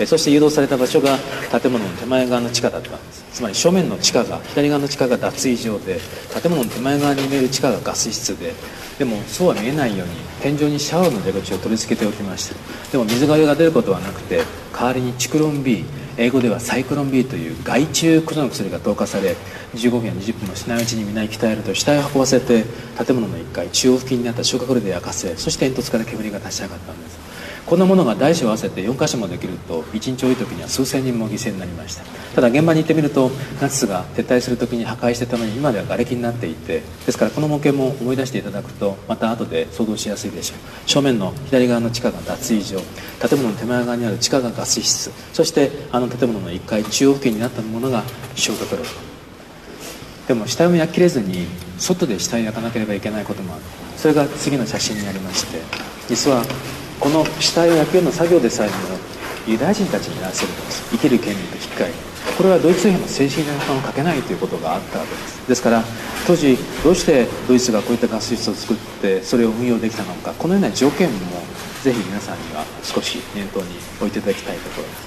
そして誘導された場所が建物の手前側の地下だったんです。つまり正面の地下が、左側の地下が脱衣場で、建物の手前側に見える地下がガス室で、でもそうは見えないように天井にシャワーの出口を取り付けておきました。でも水が上が出ることはなくて、代わりにチクロン B、英語ではサイクロン B という害虫駆除の薬が投下され、15分や20分もしないうちに皆に鍛えると死体を運ばせて、建物の1階中央付近にあった消火器で焼かせ、そして煙突から煙が立ち上がったんです。こんなものが大小合わせて4カ所もできると、1日多い時には数千人も犠牲になりました。ただ現場に行ってみると、ナチスが撤退する時に破壊してたのに今では瓦礫になっていて、ですからこの模型も思い出していただくとまた後で想像しやすいでしょう。正面の左側の地下が脱衣場、建物の手前側にある地下がガス室、そして建物の1階中央付近になったものが消火炉。でも死体を焼き切れずに外で死体を焼かなければいけないこともある。それが次の写真にありまして、実はこの死体を焼くような作業でさえもユダヤ人たちにやらせるんです。生きる権利と引き換え、これはドイツ兵の精神的な負担をかけないということがあったわけです。ですから当時どうしてドイツがこういったガス室を作ってそれを運用できたのか、このような条件もぜひ皆さんには少し念頭に置いていただきたいところです。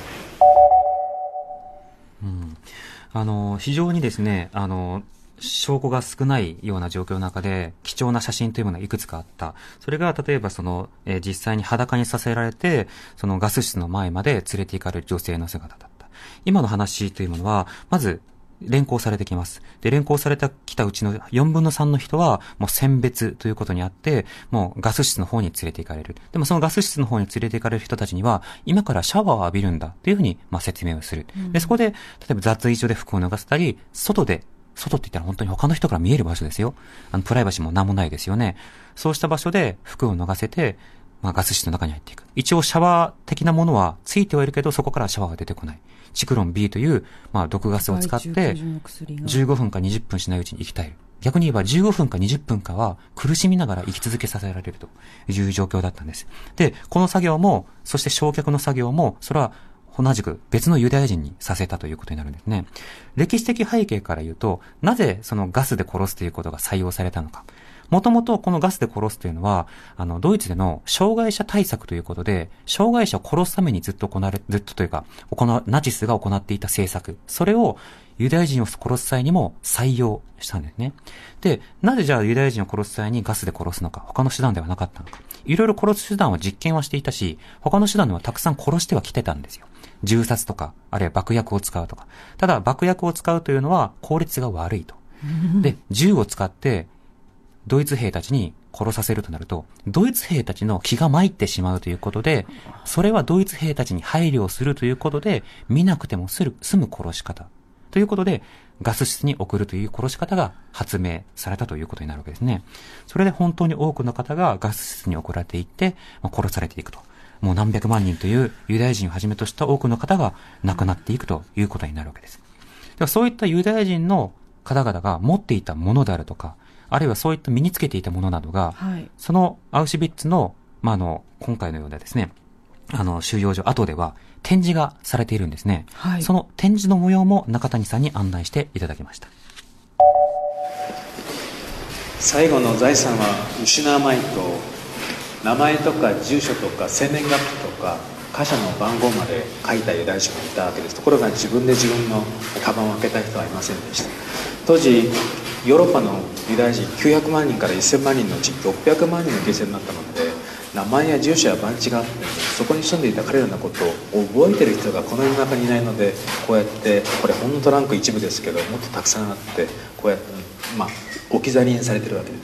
非常にですね、証拠が少ないような状況の中で貴重な写真というものがいくつかあった。それが例えば実際に裸にさせられてそのガス室の前まで連れて行かれる女性の姿だった。今の話というものはまず連行されてきます。で、連行されてきたうちの4分の3の人はもう選別ということにあってもうガス室の方に連れて行かれる。でもそのガス室の方に連れて行かれる人たちには今からシャワーを浴びるんだというふうに説明をする。で、そこで例えば脱衣所で服を脱がせたり、外って言ったら本当に他の人から見える場所ですよ。プライバシーも何もないですよね。そうした場所で服を脱がせて、ガス室の中に入っていく。一応シャワー的なものはついてはいるけど、そこからシャワーが出てこない。チクロン B という、毒ガスを使って、15分か20分しないうちに生き絶える。逆に言えば15分か20分かは苦しみながら生き続けさせられるという状況だったんです。で、この作業も、そして焼却の作業も、それは同じく別のユダヤ人にさせたということになるんですね。歴史的背景から言うと、なぜそのガスで殺すということが採用されたのか。もともとこのガスで殺すというのは、ドイツでの障害者対策ということで、障害者を殺すためにずっとナチスが行っていた政策。それをユダヤ人を殺す際にも採用したんですね。で、なぜじゃあユダヤ人を殺す際にガスで殺すのか、他の手段ではなかったのか。いろいろ殺す手段は実験はしていたし、他の手段ではたくさん殺してはきてたんですよ。銃殺とか、あるいは爆薬を使うとか。ただ爆薬を使うというのは効率が悪いと。で、銃を使ってドイツ兵たちに殺させるとなると、ドイツ兵たちの気が参ってしまうということで、それはドイツ兵たちに配慮をするということで、見なくても済む殺し方。ということで、ガス室に送るという殺し方が発明されたということになるわけですね。それで本当に多くの方がガス室に送られていって、殺されていくと。もう何百万人というユダヤ人をはじめとした多くの方が亡くなっていくということになるわけです。ではそういったユダヤ人の方々が持っていたものであるとか、あるいはそういった身につけていたものなどが、そのアウシュビッツの、今回のようなですね、収容所跡では展示がされているんですね。その展示の模様も中谷さんに案内していただきました。 最後の財産は失わまいと、名前とか住所とか生年月日とか貨車の番号まで書いたユダヤ人がいたわけです。ところが自分で自分のカバンを開けた人はいませんでした。当時ヨーロッパのユダヤ人900万人から1000万人のうち600万人の犠牲になったので、名前や住所や番地があって、そこに住んでいた彼らのことを覚えている人がこの世の中にいないので、こうやってこれほんのトランク一部ですけどもっとたくさんあって、こうやって置き去りにされているわけです。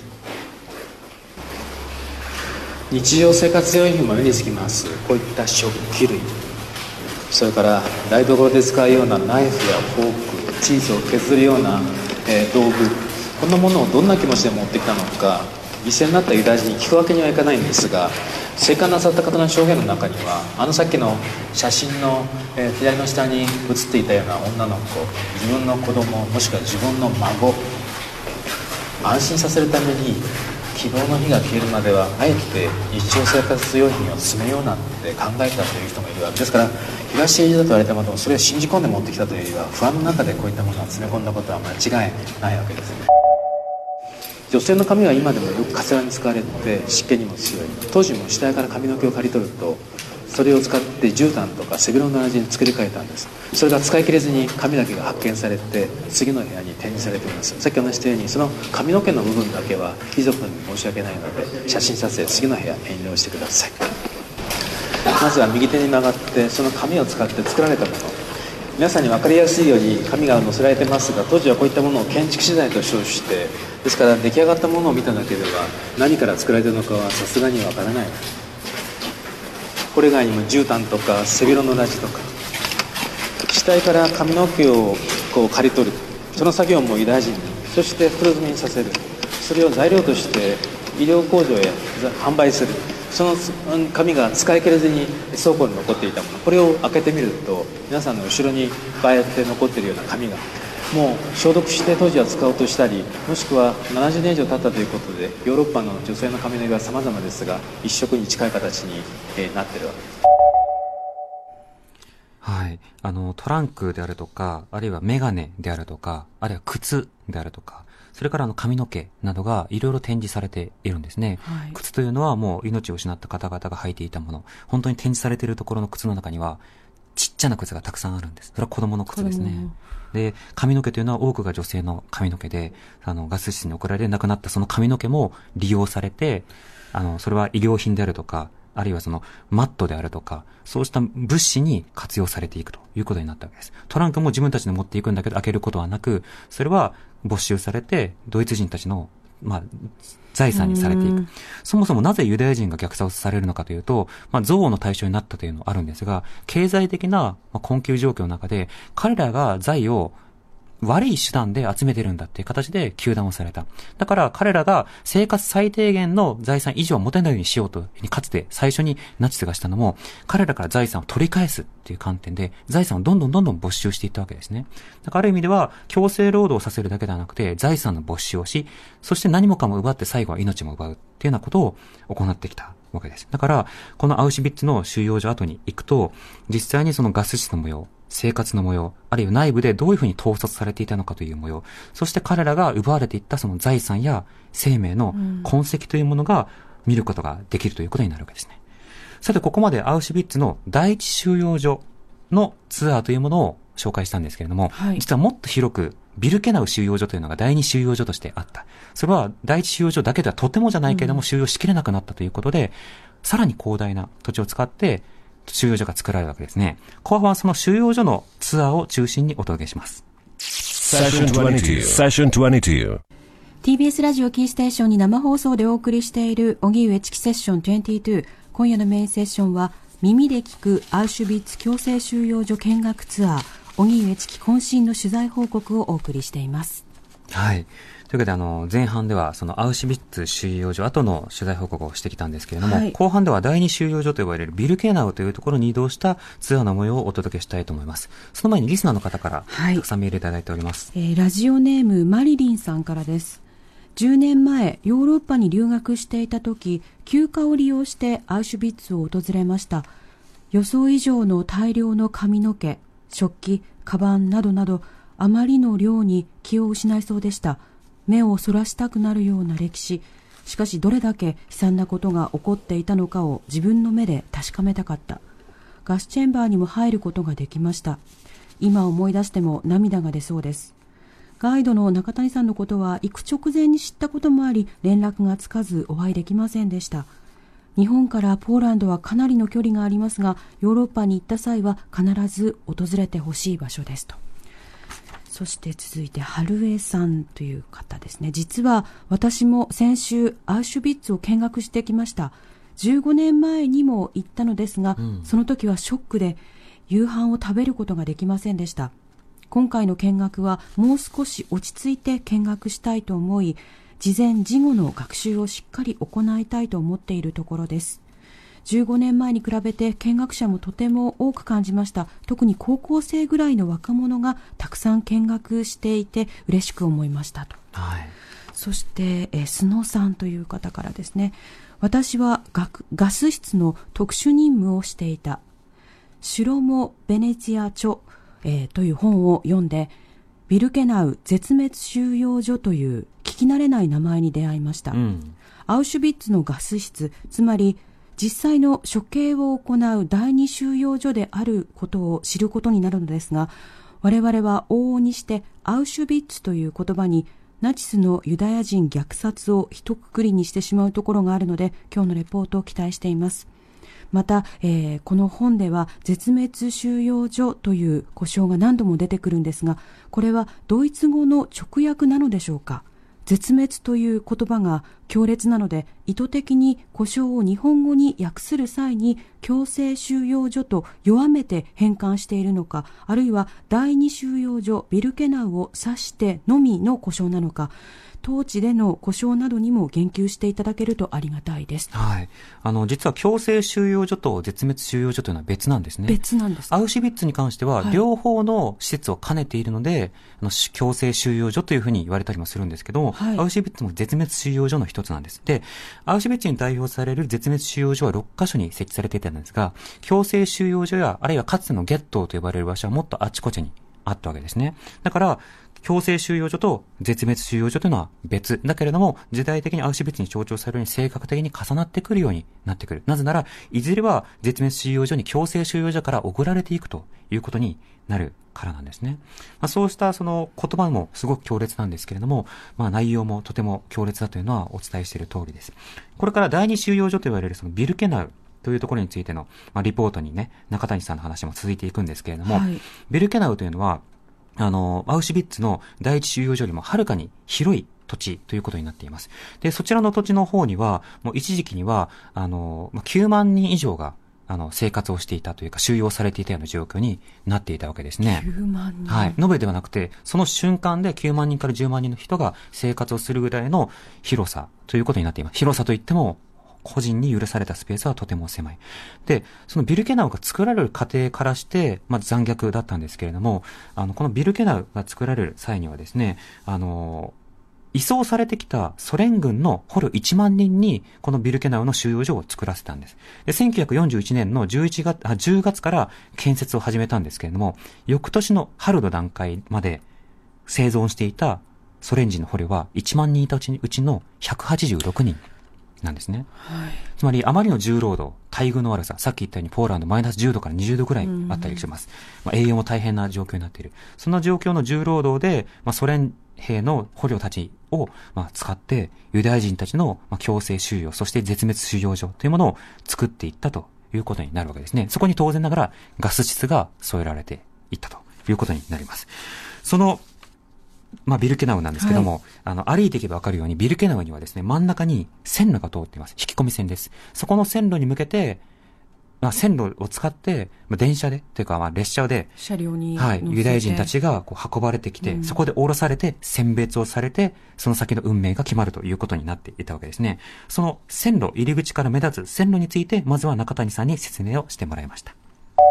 日常生活用品も目につきます。こういった食器類、それから台所で使うようなナイフやフォーク、チーズを削るような、道具、こんなものをどんな気持ちで持ってきたのか、犠牲になったユダヤ人に聞くわけにはいかないんですが、生還なさった方の証言の中には、さっきの写真の、左の下に写っていたような女の子、自分の子供もしくは自分の孫、安心させるために希望の火が消えるまではあえて日常生活用品を詰めようなんて考えたという人もいるわけですから、東エイジだと言われたものをそれを信じ込んで持ってきたというよりは、不安の中でこういったものを詰め込んだことは間違いないわけですね。女性の髪は今でもよくカツラに使われて湿気にも強い。当時も死体から髪の毛を刈り取ると、それを使って絨毯とか背広の味に作り変えたんです。それが使い切れずに髪だけが発見されて次の部屋に展示されています。さっきお話したように、その髪の毛の部分だけは遺族に申し訳ないので、写真撮影次の部屋遠慮してください。まずは右手に曲がってその紙を使って作られたもの、皆さんに分かりやすいように紙が載せられてますが、当時はこういったものを建築資材と称して、ですから出来上がったものを見ただけでは何から作られているのかはさすがに分からない。これ以外にも絨毯とか背広のラジとか、死体から髪の毛をこう刈り取る、その作業もユダヤ人に、そして袋詰めにさせる、それを材料として医療工場へ販売する、その紙が使い切れずに倉庫に残っていたもの、これを開けてみると皆さんの後ろにこうやって残っているような紙がもう消毒して当時は使おうとしたり、もしくは70年以上経ったということでヨーロッパの女性の髪の色は様々ですが一色に近い形になっているわけです。 はい。トランクであるとか、あるいはメガネであるとか、あるいは靴であるとか、それから髪の毛などがいろいろ展示されているんですね。はい、靴というのはもう命を失った方々が履いていたもの。本当に展示されているところの靴の中には、ちっちゃな靴がたくさんあるんです。それは子供の靴ですね。で、髪の毛というのは多くが女性の髪の毛で、ガス室に送られ亡くなったその髪の毛も利用されて、それは医療品であるとか、あるいはそのマットであるとか、そうした物資に活用されていくということになったわけです。トランクも自分たちで持っていくんだけど開けることはなく、それは没収されてドイツ人たちの財産にされていく。そもそもなぜユダヤ人が虐殺されるのかというと、憎悪の対象になったというのはあるんですが、経済的な困窮状況の中で彼らが財を悪い手段で集めてるんだっていう形で糾弾をされた。だから彼らが生活最低限の財産以上を持てないようにしようと、かつて最初にナチスがしたのも、彼らから財産を取り返すっていう観点で、財産をどんどん没収していったわけですね。だからある意味では、強制労働させるだけではなくて、財産の没収をし、そして何もかも奪って最後は命も奪うっていうようなことを行ってきたわけです。だから、このアウシュビッツの収容所後に行くと、実際にそのガス室の模様、生活の模様、あるいは内部でどういうふうに統率されていたのかという模様、そして彼らが奪われていったその財産や生命の痕跡というものが見ることができるということになるわけですね。さて、ここまでアウシュビッツの第一収容所のツアーというものを紹介したんですけれども、はい、実はもっと広くビルケナウ収容所というのが第二収容所としてあった。それは第一収容所だけではとてもじゃないけれども収容しきれなくなったということで、さらに広大な土地を使って収容所が作られるわけですね。後半はその収容所のツアーを中心にお届けします。 Session 22 TBS ラジオキーステーションに生放送でお送りしている荻上チキセッション22。今夜のメインセッションは耳で聞くアウシュビッツ強制収容所見学ツアー、荻上チキ渾身の取材報告をお送りしています。 はい。ということで前半ではそのアウシュビッツ収容所後の取材報告をしてきたんですけれども、はい、後半では第二収容所と呼ばれるビルケナウというところに移動したツアーの模様をお届けしたいと思います。その前にリスナーの方からたくさんメールいただいております。 ラジオネームマリリンさんからです。10年前ヨーロッパに留学していた時、休暇を利用してアウシュビッツを訪れました。予想以上の大量の髪の毛、食器、カバンなどなど、あまりの量に気を失いそうでした。目をそらしたくなるような歴史。しかしどれだけ悲惨なことが起こっていたのかを自分の目で確かめたかった。ガスチェンバーにも入ることができました。今思い出しても涙が出そうです。ガイドの中谷さんのことは行く直前に知ったこともあり、連絡がつかずお会いできませんでした。日本からポーランドはかなりの距離がありますが、ヨーロッパに行った際は必ず訪れてほしい場所ですと。そして続いて春江さんという方ですね。実は私も先週アウシュビッツを見学してきました。15年前にも行ったのですが、その時はショックで夕飯を食べることができませんでした。今回の見学はもう少し落ち着いて見学したいと思い、事前事後の学習をしっかり行いたいと思っているところです。15年前に比べて見学者もとても多く感じました。特に高校生ぐらいの若者がたくさん見学していて嬉しく思いましたと。 はい。 そして須野さんという方からですね。私はガス室の特殊任務をしていた。シュロモ・ベネツィア著、という本を読んで、ビルケナウ絶滅収容所という聞き慣れない名前に出会いました。アウシュビッツのガス室、つまり実際の処刑を行う第二収容所であることを知ることになるのですが、我々は往々にしてアウシュビッツという言葉にナチスのユダヤ人虐殺を一括りにしてしまうところがあるので、今日のレポートを期待しています。また、この本では絶滅収容所という呼称が何度も出てくるんですが、これはドイツ語の直訳なのでしょうか。絶滅という言葉が強烈なので、意図的に呼称を日本語に訳する際に強制収容所と弱めて変換しているのか、あるいは第二収容所ビルケナウを指してのみの呼称なのか、当地での呼称などにも言及していただけるとありがたいです。 はい。実は強制収容所と絶滅収容所というのは別なんですね。 別なんです。 アウシュビッツに関しては、両方の施設を兼ねているので、強制収容所というふうに言われたりもするんですけども、アウシュビッツも絶滅収容所の一つなんです。で、アウシュビッツに代表される絶滅収容所は6カ所に設置されていたんですが、強制収容所や、あるいはかつてのゲットーと呼ばれる場所はもっとあちこちにあったわけですね。だから、強制収容所と絶滅収容所というのは別だけれども、時代的にアウシュビッツに象徴されるように性格的に重なってくるようになってくる。なぜなら、いずれは絶滅収容所に強制収容所から送られていくということになるからなんですね。そうしたその言葉もすごく強烈なんですけれども、内容もとても強烈だというのはお伝えしている通りです。これから第二収容所と言われるそのビルケナウというところについての、リポートにね、中谷さんの話も続いていくんですけれども、ビルケナウというのは、アウシュビッツの第一収容所よりもはるかに広い土地ということになっています。で、そちらの土地の方には、もう一時期には、9万人以上が、生活をしていたというか、収容されていたような状況になっていたわけですね。 9万人。 はい。延べではなくて、その瞬間で9万人から10万人の人が生活をするぐらいの広さということになっています。広さといっても、個人に許されたスペースはとても狭い。で、そのビルケナウが作られる過程からして、残虐だったんですけれども、このビルケナウが作られる際にはですね、移送されてきたソ連軍の捕虜1万人に、このビルケナウの収容所を作らせたんです。で、1941年の10月から建設を始めたんですけれども、翌年の春の段階まで生存していたソ連人の捕虜は1万人いたうちの186人。なんですね。つまり、あまりの重労働、待遇の悪さ、さっき言ったようにポーランドマイナス10度から20度くらいあったりします。栄養も大変な状況になっている。そんな状況の重労働で、ソ連兵の捕虜たちを、使って、ユダヤ人たちの、強制収容、そして絶滅収容所というものを作っていったということになるわけですね。そこに当然ながらガス室が添えられていったということになります。そのビルケナウなんですけども、歩いていけばわかるように、ビルケナウにはですね、真ん中に線路が通っています。引き込み線です。そこの線路に向けて、線路を使って、電車で、というか、列車で、 車両に、 ユダヤ人たちが運ばれてきて、そこで降ろされて、選別をされて、その先の運命が決まるということになっていたわけですね。その線路、入り口から目立つ線路について、まずは中谷さんに説明をしてもらいました。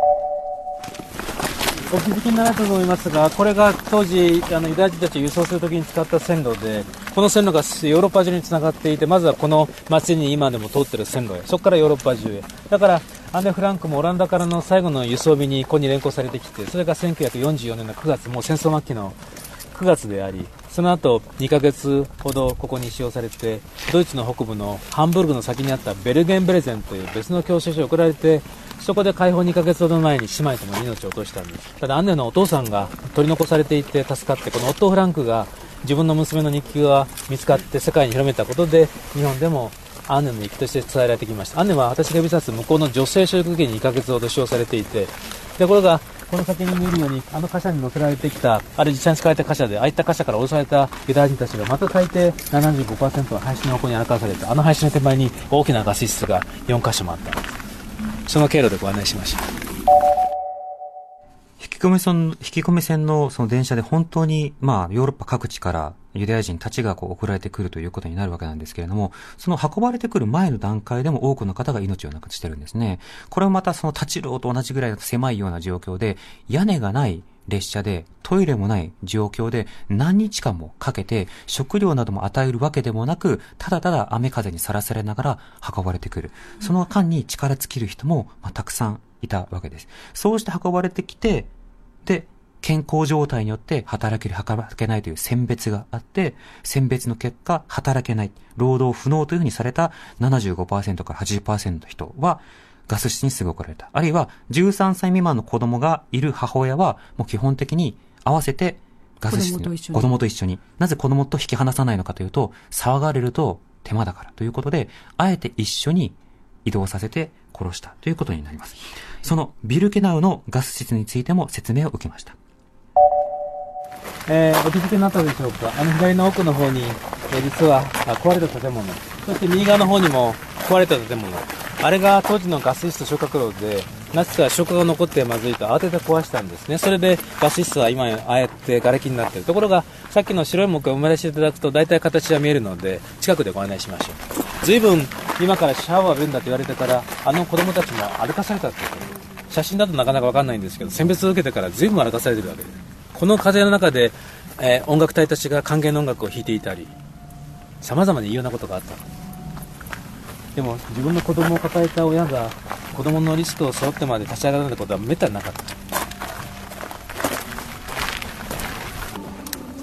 お気づきになられたと思いますが、これが当時ユダヤ人たちを輸送するときに使った線路で、この線路がヨーロッパ中につながっていて、まずはこの町に今でも通っている線路へ、そこからヨーロッパ中へ。だからアンネ・フランクもオランダからの最後の輸送便にここに連行されてきて、それが1944年の9月、もう戦争末期の9月であり、その後2ヶ月ほどここに使用されて、ドイツの北部のハンブルグの先にあったベルゲンブレゼンという別の教習所に送られて、そこで解放2ヶ月ほど前に姉妹とも命を落としたんです。ただアンネのお父さんが取り残されていて助かって、このオットー・フランクが自分の娘の日記が見つかって世界に広めたことで、日本でもアンネの日記として伝えられてきました。アンネは私が指さす向こうの女性教育期に2ヶ月ほど使用されていて、でこれがこの先に見えるように、貨車に乗せられてきた、あれ実際に使われた貨車で、ああいった貨車から降ろされたユダヤ人たちがまた大抵 75% は廃止の方向に荒かされて、廃止の手前に大きなガス室が4カ所もあったんです。その経路でご案内しました。 引き込み線のその電車で本当に、まあ、ヨーロッパ各地からユダヤ人たちがこう送られてくるということになるわけなんですけれども、その運ばれてくる前の段階でも多くの方が命をなくしてるんですね。これもまたその立ち路と同じぐらいの狭いような状況で、屋根がない列車でトイレもない状況で何日間もかけて食料なども与えるわけでもなく、ただただ雨風にさらされながら運ばれてくる。その間に力尽きる人も、まあ、たくさんいたわけです。そうして運ばれてきて、で、健康状態によって働ける、働けないという選別があって、選別の結果、働けない、労働不能というふうにされた 75% から 80% の人は、ガス室にすぐ送られた。あるいは、13歳未満の子供がいる母親は、もう基本的に合わせてガス室に、子供と一緒に。なぜ子供と引き離さないのかというと、騒がれると手間だからということで、あえて一緒に移動させて殺したということになります。そのビルケナウのガス室についても説明を受けました。 お気づきになったでしょうか。左の奥の方に、実は壊れた建物、そして右側の方にも壊れた建物、あれが当時のガス室消火炉で、ナチスは消火が残ってまずいと慌てて壊したんですね。それでガス室は今ああやって瓦礫になっている。ところがさっきの白い木を埋め出していただくと大体形が見えるので、近くでご案内しましょう。随分今からシャワーを浴びるんだと言われてから、子供たちも歩かされたっていうこと。写真だとなかなか分かんないんですけど、選別を受けてから随分歩かされてるわけです。この風の中で、音楽隊たちが管弦の音楽を弾いていたり、様々な異様なことがあった。でも自分の子供を抱えた親が子供のリストを背負ってまで立ち上がらないことはめったになかった。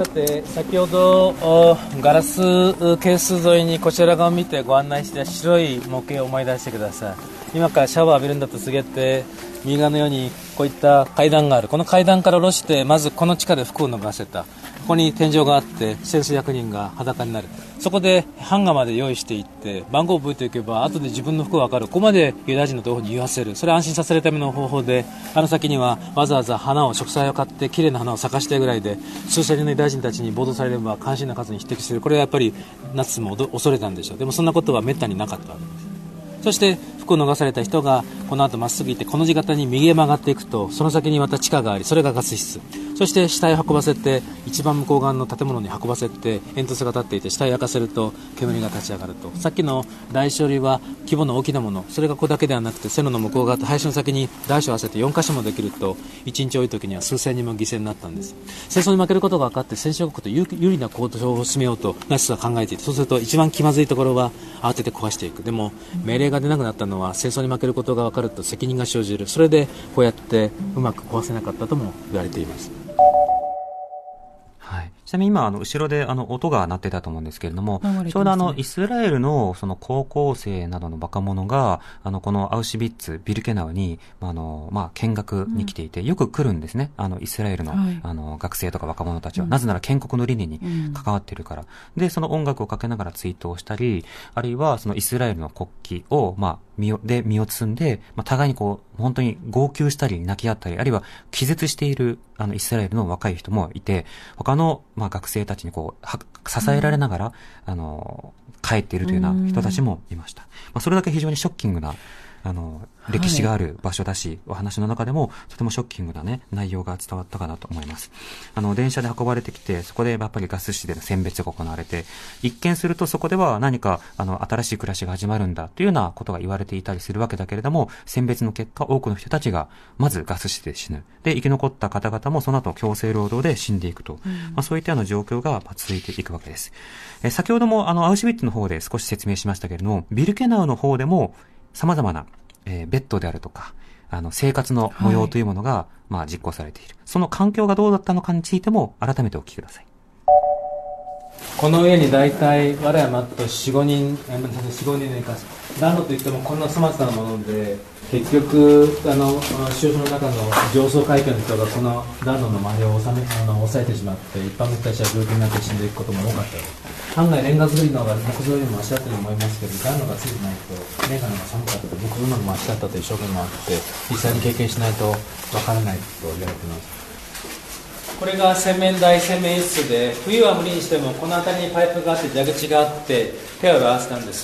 さて、先ほどガラスケース沿いにこちら側を見てご案内した白い模型を思い出してください。今からシャワーを浴びるんだと告げて、右側のようにこういった階段がある。この階段から下ろして、まずこの地下で服を脱がせた。ここに天井があって潜水役人が裸になる。そこでハンガーまで用意していって、番号を覚えていけば後で自分の服が分かる。ここまでユダヤ人の同胞に言わせる。それを安心させるための方法で、先にはわざわざ植栽を買ってきれいな花を咲かしてぐらいで、数千人のユダヤ人たちに暴動されれば関心な数に匹敵する。これはやっぱりナチスも恐れたんでしょう。でもそんなことはめったになかったわけです。そして服を脱がされた人がこの後まっすぐ行ってこの字型に右へ曲がっていくと、その先にまた地下があり、それがガス室。そして死体を運ばせて一番向こう側の建物に運ばせて、煙突が立っていて死体を焼かせると煙が立ち上がると。さっきの大処理は規模の大きなもの、それがここだけではなくて線路の向こう側と林の先に大小合わせて4カ所もできると、1日多い時には数千人も犠牲になったんです。戦争に負けることが分かって戦勝国と有利な行動を進めようとナチスは考えていて、そうすると一番気まずいところは慌てて壊していく。でも命令が出なくなったのは戦争に負けることが分かると責任が生じる。それでこうやってうまく壊せなかったとも言われています。 はい。ちなみに今、後ろで音が鳴ってたと思うんですけれども、ちょうどイスラエルのその高校生などの若者が、このアウシュビッツ、ビルケナウに、見学に来ていて、よく来るんですね。イスラエルの、学生とか若者たちは。なぜなら建国の理念に関わっているから。で、その音楽をかけながら追悼したり、あるいはそのイスラエルの国旗を、身を包んで、互いに本当に号泣したり泣き合ったり、あるいは気絶しているイスラエルの若い人もいて、他の学生たちに支えられながら、帰っているというような人たちもいました。それだけ非常にショッキングな歴史がある場所だし、お話の中でもとてもショッキングなね、内容が伝わったかなと思います。電車で運ばれてきて、そこでやっぱりガス室での選別が行われて、一見するとそこでは何か、新しい暮らしが始まるんだというようなことが言われていたりするわけだけれども、選別の結果、多くの人たちが、まずガス室で死ぬ。で、生き残った方々もその後強制労働で死んでいくと。そういったような状況が続いていくわけです。先ほどもアウシュビッツの方で少し説明しましたけれども、ビルケナウの方でも、様々な、ベッドであるとか、生活の模様というものが、実行されている。その環境がどうだったのかについても、改めてお聞きください。 この上に大体、我々と4、5人寝かす。暖炉といってもこんな粗末なもので、結局、収容所の中の上層階級の人がこの暖炉の周りを抑えてしまって、一般の人たちは病気になって死んでいくことも多かったです。案外レンガ作りの方が木造よりもマシだったと思いますけど、暖炉がついてないとレンガの方が寒かったと、木造の方がマシだったという証言もあって、実際に経験しないとわからないと言われています。これが洗面台、洗面室で、冬は無理にしてもこの辺りにパイプがあって蛇口があって手を合わせたんです。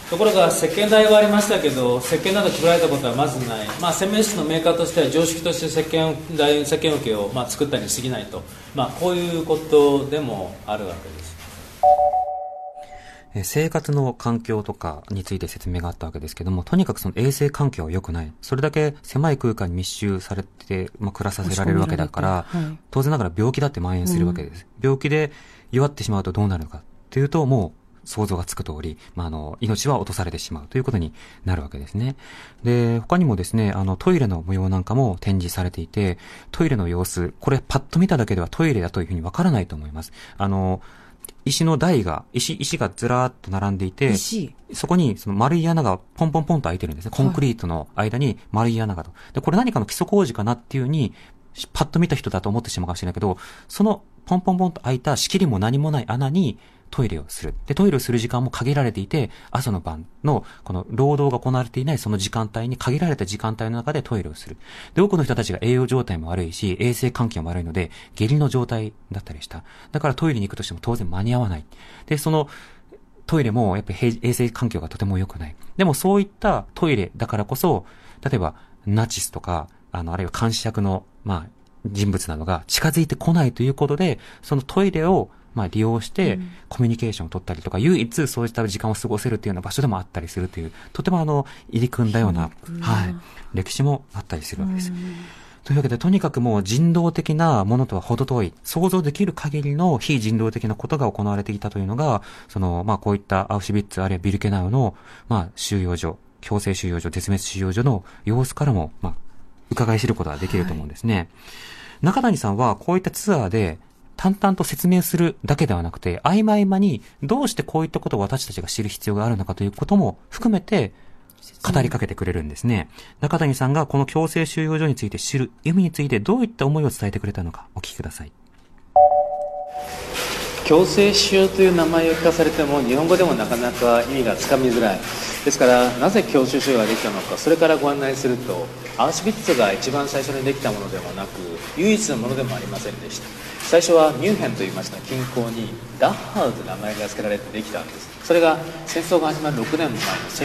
ところが石鹸代はありましたけど、石鹸など配られたことはまずない。洗面室のメーカーとしては常識として石鹸桶を作ったに過ぎないと、こういうことでもあるわけです。 生活の環境とかについて説明があったわけですけども、とにかくその衛生環境は良くない。それだけ狭い空間に密集されて、暮らさせられるわけだから、当然ながら病気だって蔓延するわけです。病気で弱ってしまうとどうなるのかというと、もう想像がつく通り、命は落とされてしまうということになるわけですね。で、他にもですね、トイレの模様なんかも展示されていて、トイレの様子、これパッと見ただけではトイレだというふうにわからないと思います。石の台が、石がずらーっと並んでいて、そこにその丸い穴がポンポンポンと開いてるんですね。コンクリートの間に丸い穴がと。で、これ何かの基礎工事かなっていうふうに、パッと見た人だと思ってしまうかもしれないけど、そのポンポンポンと開いた仕切りも何もない穴にトイレをする。で、トイレをする時間も限られていて、朝の晩のこの労働が行われていないその時間帯に限られた時間帯の中でトイレをする。で、多くの人たちが栄養状態も悪いし、衛生環境も悪いので、下痢の状態だったりした。だからトイレに行くとしても当然間に合わない。で、そのトイレもやっぱり衛生環境がとても良くない。でもそういったトイレだからこそ、例えばナチスとか、あるいは監視役の、人物などが近づいてこないということで、そのトイレを利用してコミュニケーションを取ったりとか、唯一そういった時間を過ごせるというような場所でもあったりするという、とても入り組んだような、歴史もあったりするわけです。というわけで、とにかくもう人道的なものとは程遠い、想像できる限りの非人道的なことが行われていたというのが、こういったアウシュビッツあるいはビルケナウの、収容所、強制収容所、絶滅収容所の様子からも、伺い知ることができると思うんですね。中谷さんはこういったツアーで淡々と説明するだけではなくて、合間合間にどうしてこういったことを私たちが知る必要があるのかということも含めて語りかけてくれるんですね。中谷さんがこの強制収容所について知る意味についてどういった思いを伝えてくれたのかお聞きください。 強制収容という名前を聞かされても日本語でもなかなか意味がつかみづらいですから、なぜ強制収容ができたのか、それからご案内すると、アウシュビッツが一番最初にできたものでもなく唯一のものでもありませんでした。最初はミュンヘンといいました近郊にダッハウという名前が付けられてできたんです。それが戦争が始まる6年前の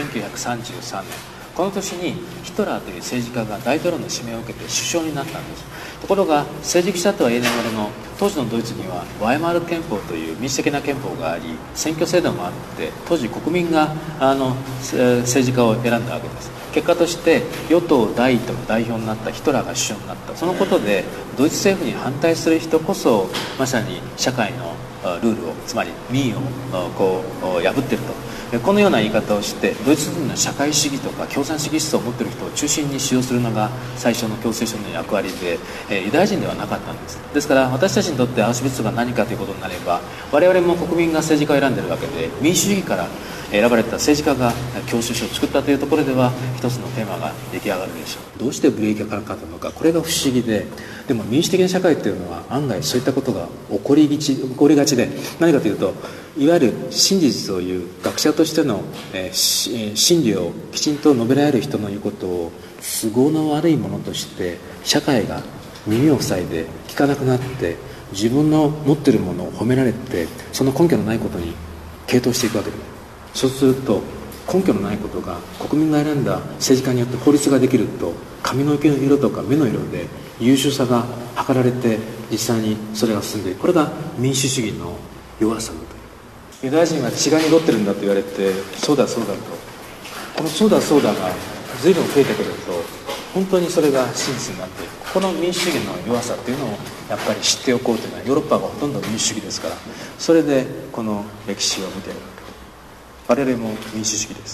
1933年、この年にヒトラーという政治家が大統領の指名を受けて首相になったんです。ところが政治記者とは言いながらの、当時のドイツにはワイマール憲法という民主的な憲法があり、選挙制度もあって、当時国民が政治家を選んだわけです。結果として与党第一党の代表になったヒトラーが首相になった。そのことでドイツ政府に反対する人こそまさに社会のルールを、つまり民を破っていると、このような言い方をしてドイツ人の社会主義とか共産主義思想を持っている人を中心に使用するのが最初の強制省の役割で、ユダヤ人ではなかったんです。ですから私たちにとってアウシュビッツが何かということになれば、我々も国民が政治家を選んでいるわけで、民主主義から選ばれた政治家が強制省を作ったというところでは一つのテーマが出来上がるでしょう。どうしてブレーキがかかったのか、これが不思議で、でも民主的な社会っていうのは案外そういったことが起こりがちで、何かというと、いわゆる真実を言う学者としての、真理をきちんと述べられる人の言うことを都合の悪いものとして社会が耳を塞いで聞かなくなって、自分の持っているものを褒められて、その根拠のないことに傾倒していくわけです。そうすると根拠のないことが国民が選んだ政治家によって法律ができると、髪の毛の色とか目の色で優秀さが測られて、実際にそれが進んでいく。これが民主主義の弱さだと。ユダヤ人は血が濁ってるんだと言われて、そうだそうだと、このそうだそうだが随分増えてくると本当にそれが真実になっていく。この民主主義の弱さというのをやっぱり知っておこうというのは、ヨーロッパがほとんど民主主義ですから、それでこの歴史を見ている。我々も民主主義です。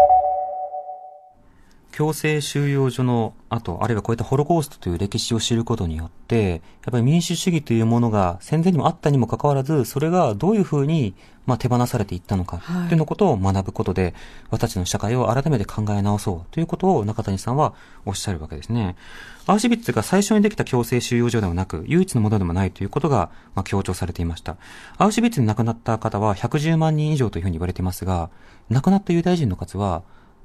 強制収容所の後、あるいはこういったホロコーストという歴史を知ることによって、やっぱり民主主義というものが戦前にもあったにもかかわらず、それがどういうふうに手放されていったのかというのことを学ぶことで、私たちの社会を改めて考え直そうということを中谷さんはおっしゃるわけですね。アウシュビッツが最初にできた強制収容所ではなく、唯一のものでもないということが強調されていました。アウシュビッツに亡くなった方は110万人以上というふうに言われていますが、亡くなったユダヤ人の数は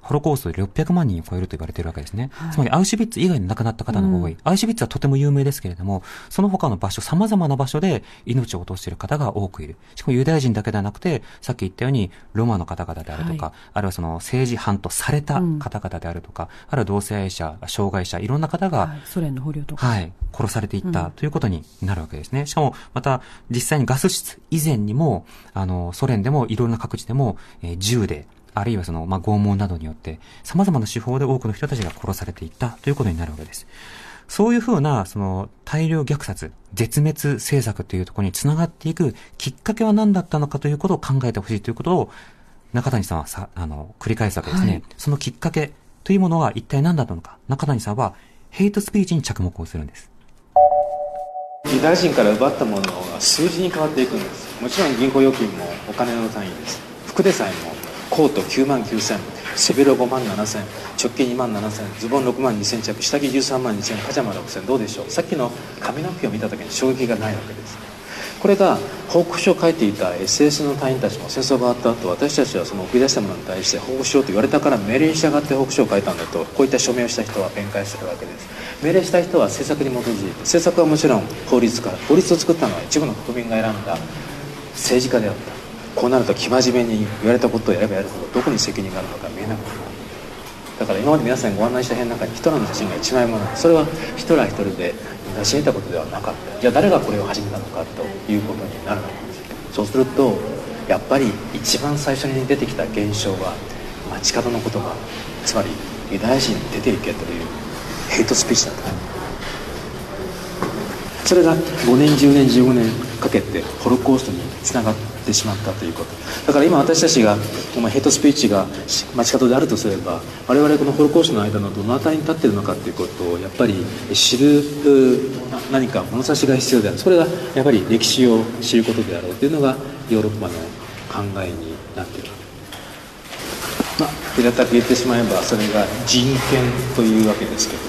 ホロコーストで600万人を超えると言われているわけですね。つまりアウシュビッツ以外に亡くなった方の多い。アウシュビッツはとても有名ですけれども、その他の場所、様々な場所で命を落としている方が多くいる。しかもユダヤ人だけではなくて、さっき言ったようにロマの方々であるとか、あるいはその政治犯とされた方々であるとか、あるいは同性愛者、障害者、いろんな方が、 ソ連の捕虜とか、 殺されていったということになるわけですね。しかもまた実際にガス室以前にも、ソ連でもいろんな各地でも、銃で、あるいはその、拷問などによって、様々な手法で多くの人たちが殺されていったということになるわけです。そういうふうな、その、大量虐殺、絶滅政策というところにつながっていくきっかけは何だったのかということを考えてほしいということを、中谷さんは繰り返すわけですね。そのきっかけというものは一体何だったのか。中谷さんは、ヘイトスピーチに着目をするんです。 ユダヤ人から奪ったものが数字に変わっていくんです。もちろん銀行預金もお金の単位です。服でさえもコート9万9000、背広5万7000、直径2万7000、ズボン6万2000着、下着13万2000、パジャマ6000、どうでしょう。さっきの髪の毛を見た時に衝撃がないわけです。これが報告書を書いていた SS の隊員たちも、戦争が終わった後、私たちはその送り出したものに対して報告しようと言われたから命令に従って報告書を書いたんだと、こういった署名をした人は弁解するわけです。命令した人は政策に基づいて、政策はもちろん法律家、法律を作ったのは一部の国民が選んだ政治家であった。こうなると生真面目に言われたことをやればやるほどどこに責任があるのか見えなくなる。だから今まで皆さんにご案内した部屋の中にヒトラーの写真が1枚もない。それはヒトラー一人で成し得たことではなかった。じゃあ誰がこれを始めたのかということになるわけです。そうするとやっぱり一番最初に出てきた現象は街角の言葉、つまりユダヤ人に出ていけというヘイトスピーチだった。それが5年10年15年かけてホロコーストにつながってしまったということ。だから今私たちがヘイトスピーチが街角であるとすれば、我々このホロコーストの間のどの辺りに立っているのかということをやっぱり知る何か物差しが必要である。それがやっぱり歴史を知ることであろうというのがヨーロッパの考えになっている。平たく言ってしまえばそれが人権というわけですけど、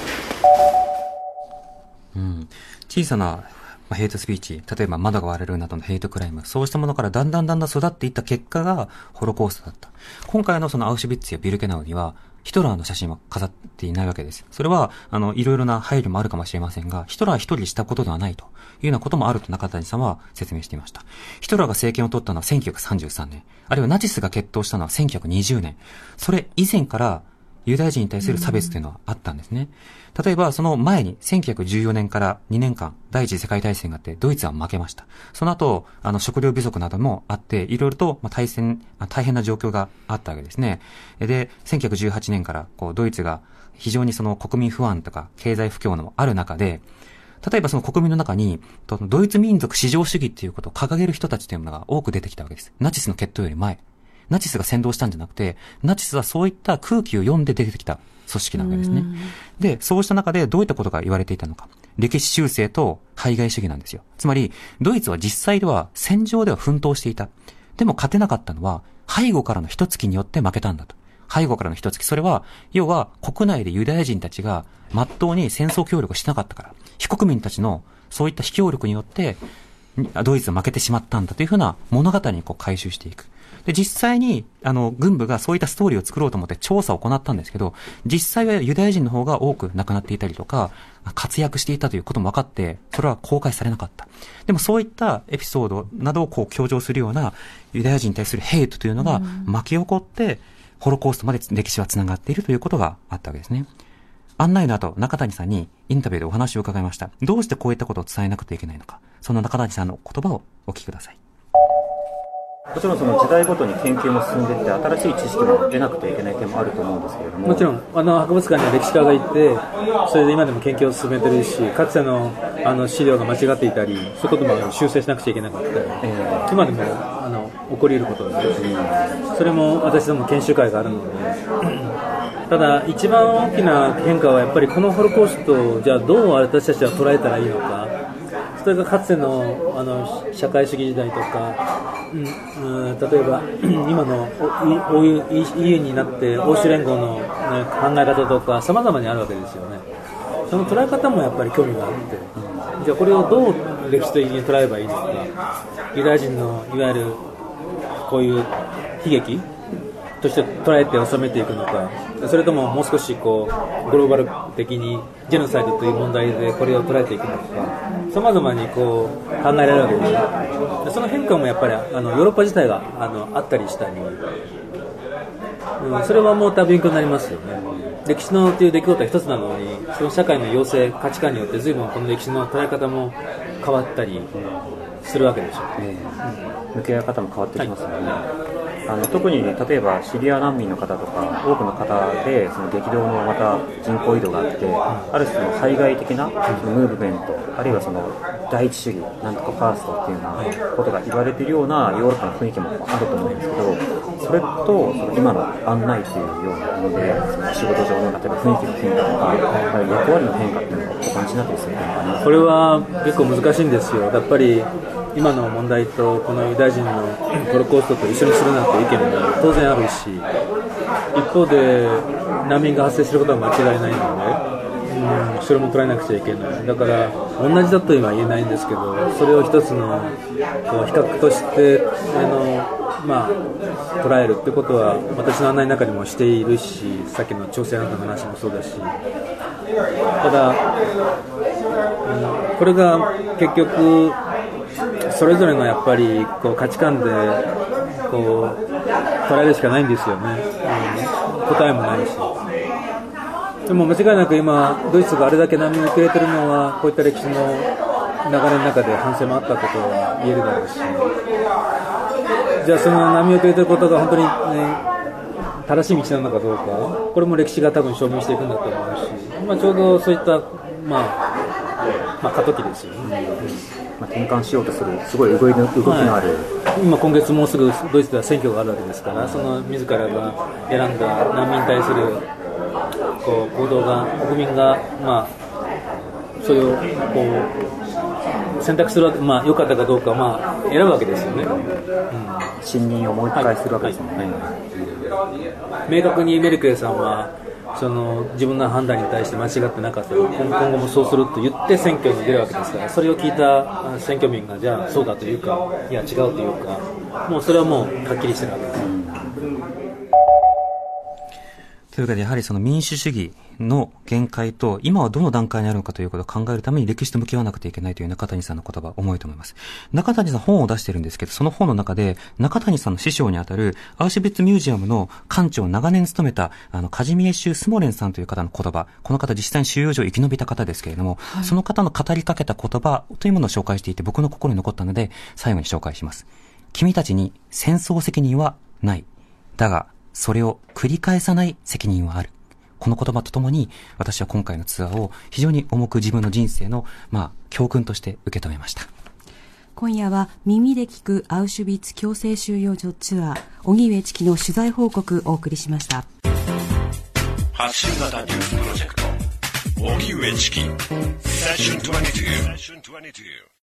小さなヘイトスピーチ、例えば窓が割れるなどのヘイトクライム、そうしたものからだんだん育っていった結果がホロコーストだった。今回のそのアウシュビッツやビルケナウにはヒトラーの写真は飾っていないわけです。それはいろいろな配慮もあるかもしれませんが、ヒトラー一人したことではないというようなこともあると中谷さんは説明していました。ヒトラーが政権を取ったのは1933年、あるいはナチスが決闘したのは1920年。それ以前からユダヤ人に対する差別というのはあったんですね。例えばその前に1914年から2年間第一次世界大戦があってドイツは負けました。その後食料不足などもあっていろいろと大変な状況があったわけですね。で1918年からドイツが非常にその国民不安とか経済不況のある中で、例えばその国民の中にドイツ民族至上主義っていうことを掲げる人たちというものが多く出てきたわけです。ナチスの決闘より前。ナチスが先導したんじゃなくて、ナチスはそういった空気を読んで出てきた組織なわけですね。で、そうした中でどういったことが言われていたのか。歴史修正と排外主義なんですよ。つまり、ドイツは実際では戦場では奮闘していた。でも勝てなかったのは、背後からの一突きによって負けたんだと。背後からの一突き。それは、要は国内でユダヤ人たちが真っ当に戦争協力をしなかったから。非国民たちのそういった非協力によって、ドイツは負けてしまったんだというふうな物語に回収していく。で、実際に、軍部がそういったストーリーを作ろうと思って調査を行ったんですけど、実際はユダヤ人の方が多く亡くなっていたりとか、活躍していたということも分かって、それは公開されなかった。でもそういったエピソードなどを強調するようなユダヤ人に対するヘイトというのが巻き起こって、ホロコーストまで歴史は繋がっているということがあったわけですね。案内の後、中谷さんにインタビューでお話を伺いました。どうしてこういったことを伝えなくてはいけないのか。その中谷さんの言葉をお聞きください。 もちろんその時代ごとに研究も進んでいって新しい知識も得なくてはいけない点もあると思うんですけれども、 もちろん博物館には歴史家がいて、それで今でも研究を進めてるし、かつての資料が間違っていたり、そういうことも修正しなくちゃいけなかったり、今でも起こり得ることです、それも私ども研修会があるのでただ一番大きな変化はやっぱりこのホロコーストをじゃあどう私たちは捉えたらいいのか。それがかつての社会主義時代とか、例えば今の EU になって欧州連合の、考え方とか様々にあるわけですよね。その捉え方もやっぱり興味があって、じゃあこれをどう歴史的に捉えばいいのか。ユダヤ人のいわゆるこういう悲劇として捉えて収めていくのか、それとももう少しこうグローバル的にジェノサイドという問題でこれを捉えていくのか、さまざまにこう考えられるわけです。その変化もやっぱりヨーロッパ自体があったりしたり、それはもう勉強になりますよね。歴史のという出来事は一つなのに、その社会の要請、価値観によって随分この歴史の捉え方も変わったりするわけでしょう。 向き合い方も変わってきますよね。特に例えばシリア難民の方とか多くの方でその激動のまた人口移動があって、ある種の災害的なそのムーブメント、あるいはその第一主義なんとかファーストっていうようなことが言われているようなヨーロッパの雰囲気もあると思うんですけど、それとその今の案内というような意味でその仕事上の例えば雰囲気の変化とか役割の変化っていうのをお感じになったりする点がありますか？ これは結構難しいんですよ。やっぱり今の問題とこのユダヤ人のホロコーストと一緒にするなんて意見も当然あるし、一方で難民が発生することは間違いないので、それも捉えなくちゃいけない。だから同じだとは言えないんですけど、それを一つのこう比較として捉えるってことは私の案内の中にもしているし、さっきの朝鮮半島の話もそうだし、ただ、これが結局それぞれのやっぱりこう価値観でこう捉えるしかないんですよね。答えもないし。でも間違いなく今ドイツがあれだけ難民を受け入れてるのはこういった歴史の流れの中で反省もあったことは言えるだろうし、じゃあその難民を受け入れてることが本当に、正しい道なのかどうか、これも歴史が多分証明していくんだと思うし、ちょうどそういった過渡期ですよね。 転換しようとするすごい動きのある、 今月もうすぐドイツでは選挙があるわけですから、その自らが選んだ難民に対するこう行動が国民がそれをこう選択するわけ、良かったかどうか選ぶわけですよね。 信任をもう一回するわけですもんね。 明確にメルケルさんはその自分の判断に対して間違ってなかったら今後もそうすると言って選挙に出るわけですから、それを聞いた選挙民がじゃあそうだというか、いや違うというか、もうそれはもうはっきりしてるわけです。 というわけで、やはりその民主主義の限界と今はどの段階にあるのかということを考えるために歴史と向き合わなくてはいけないという中谷さんの言葉、重いと思います。中谷さん本を出してるんですけど、その本の中で中谷さんの師匠にあたるアウシュビッツミュージアムの館長を長年務めたカジミエシュ・スモレンさんという方の言葉、この方実際に収容所を生き延びた方ですけれども、その方の語りかけた言葉というものを紹介していて、僕の心に残ったので最後に紹介します。君たちに戦争責任はない。だがそれを繰り返さない責任はある。この言葉とともに私は今回のツアーを非常に重く自分の人生の教訓として受け止めました。 今夜は耳で聞くアウシュビッツ強制収容所ツアー、荻上チキの取材報告をお送りしました。 発信型ニュースプロジェクト荻上チキセッション22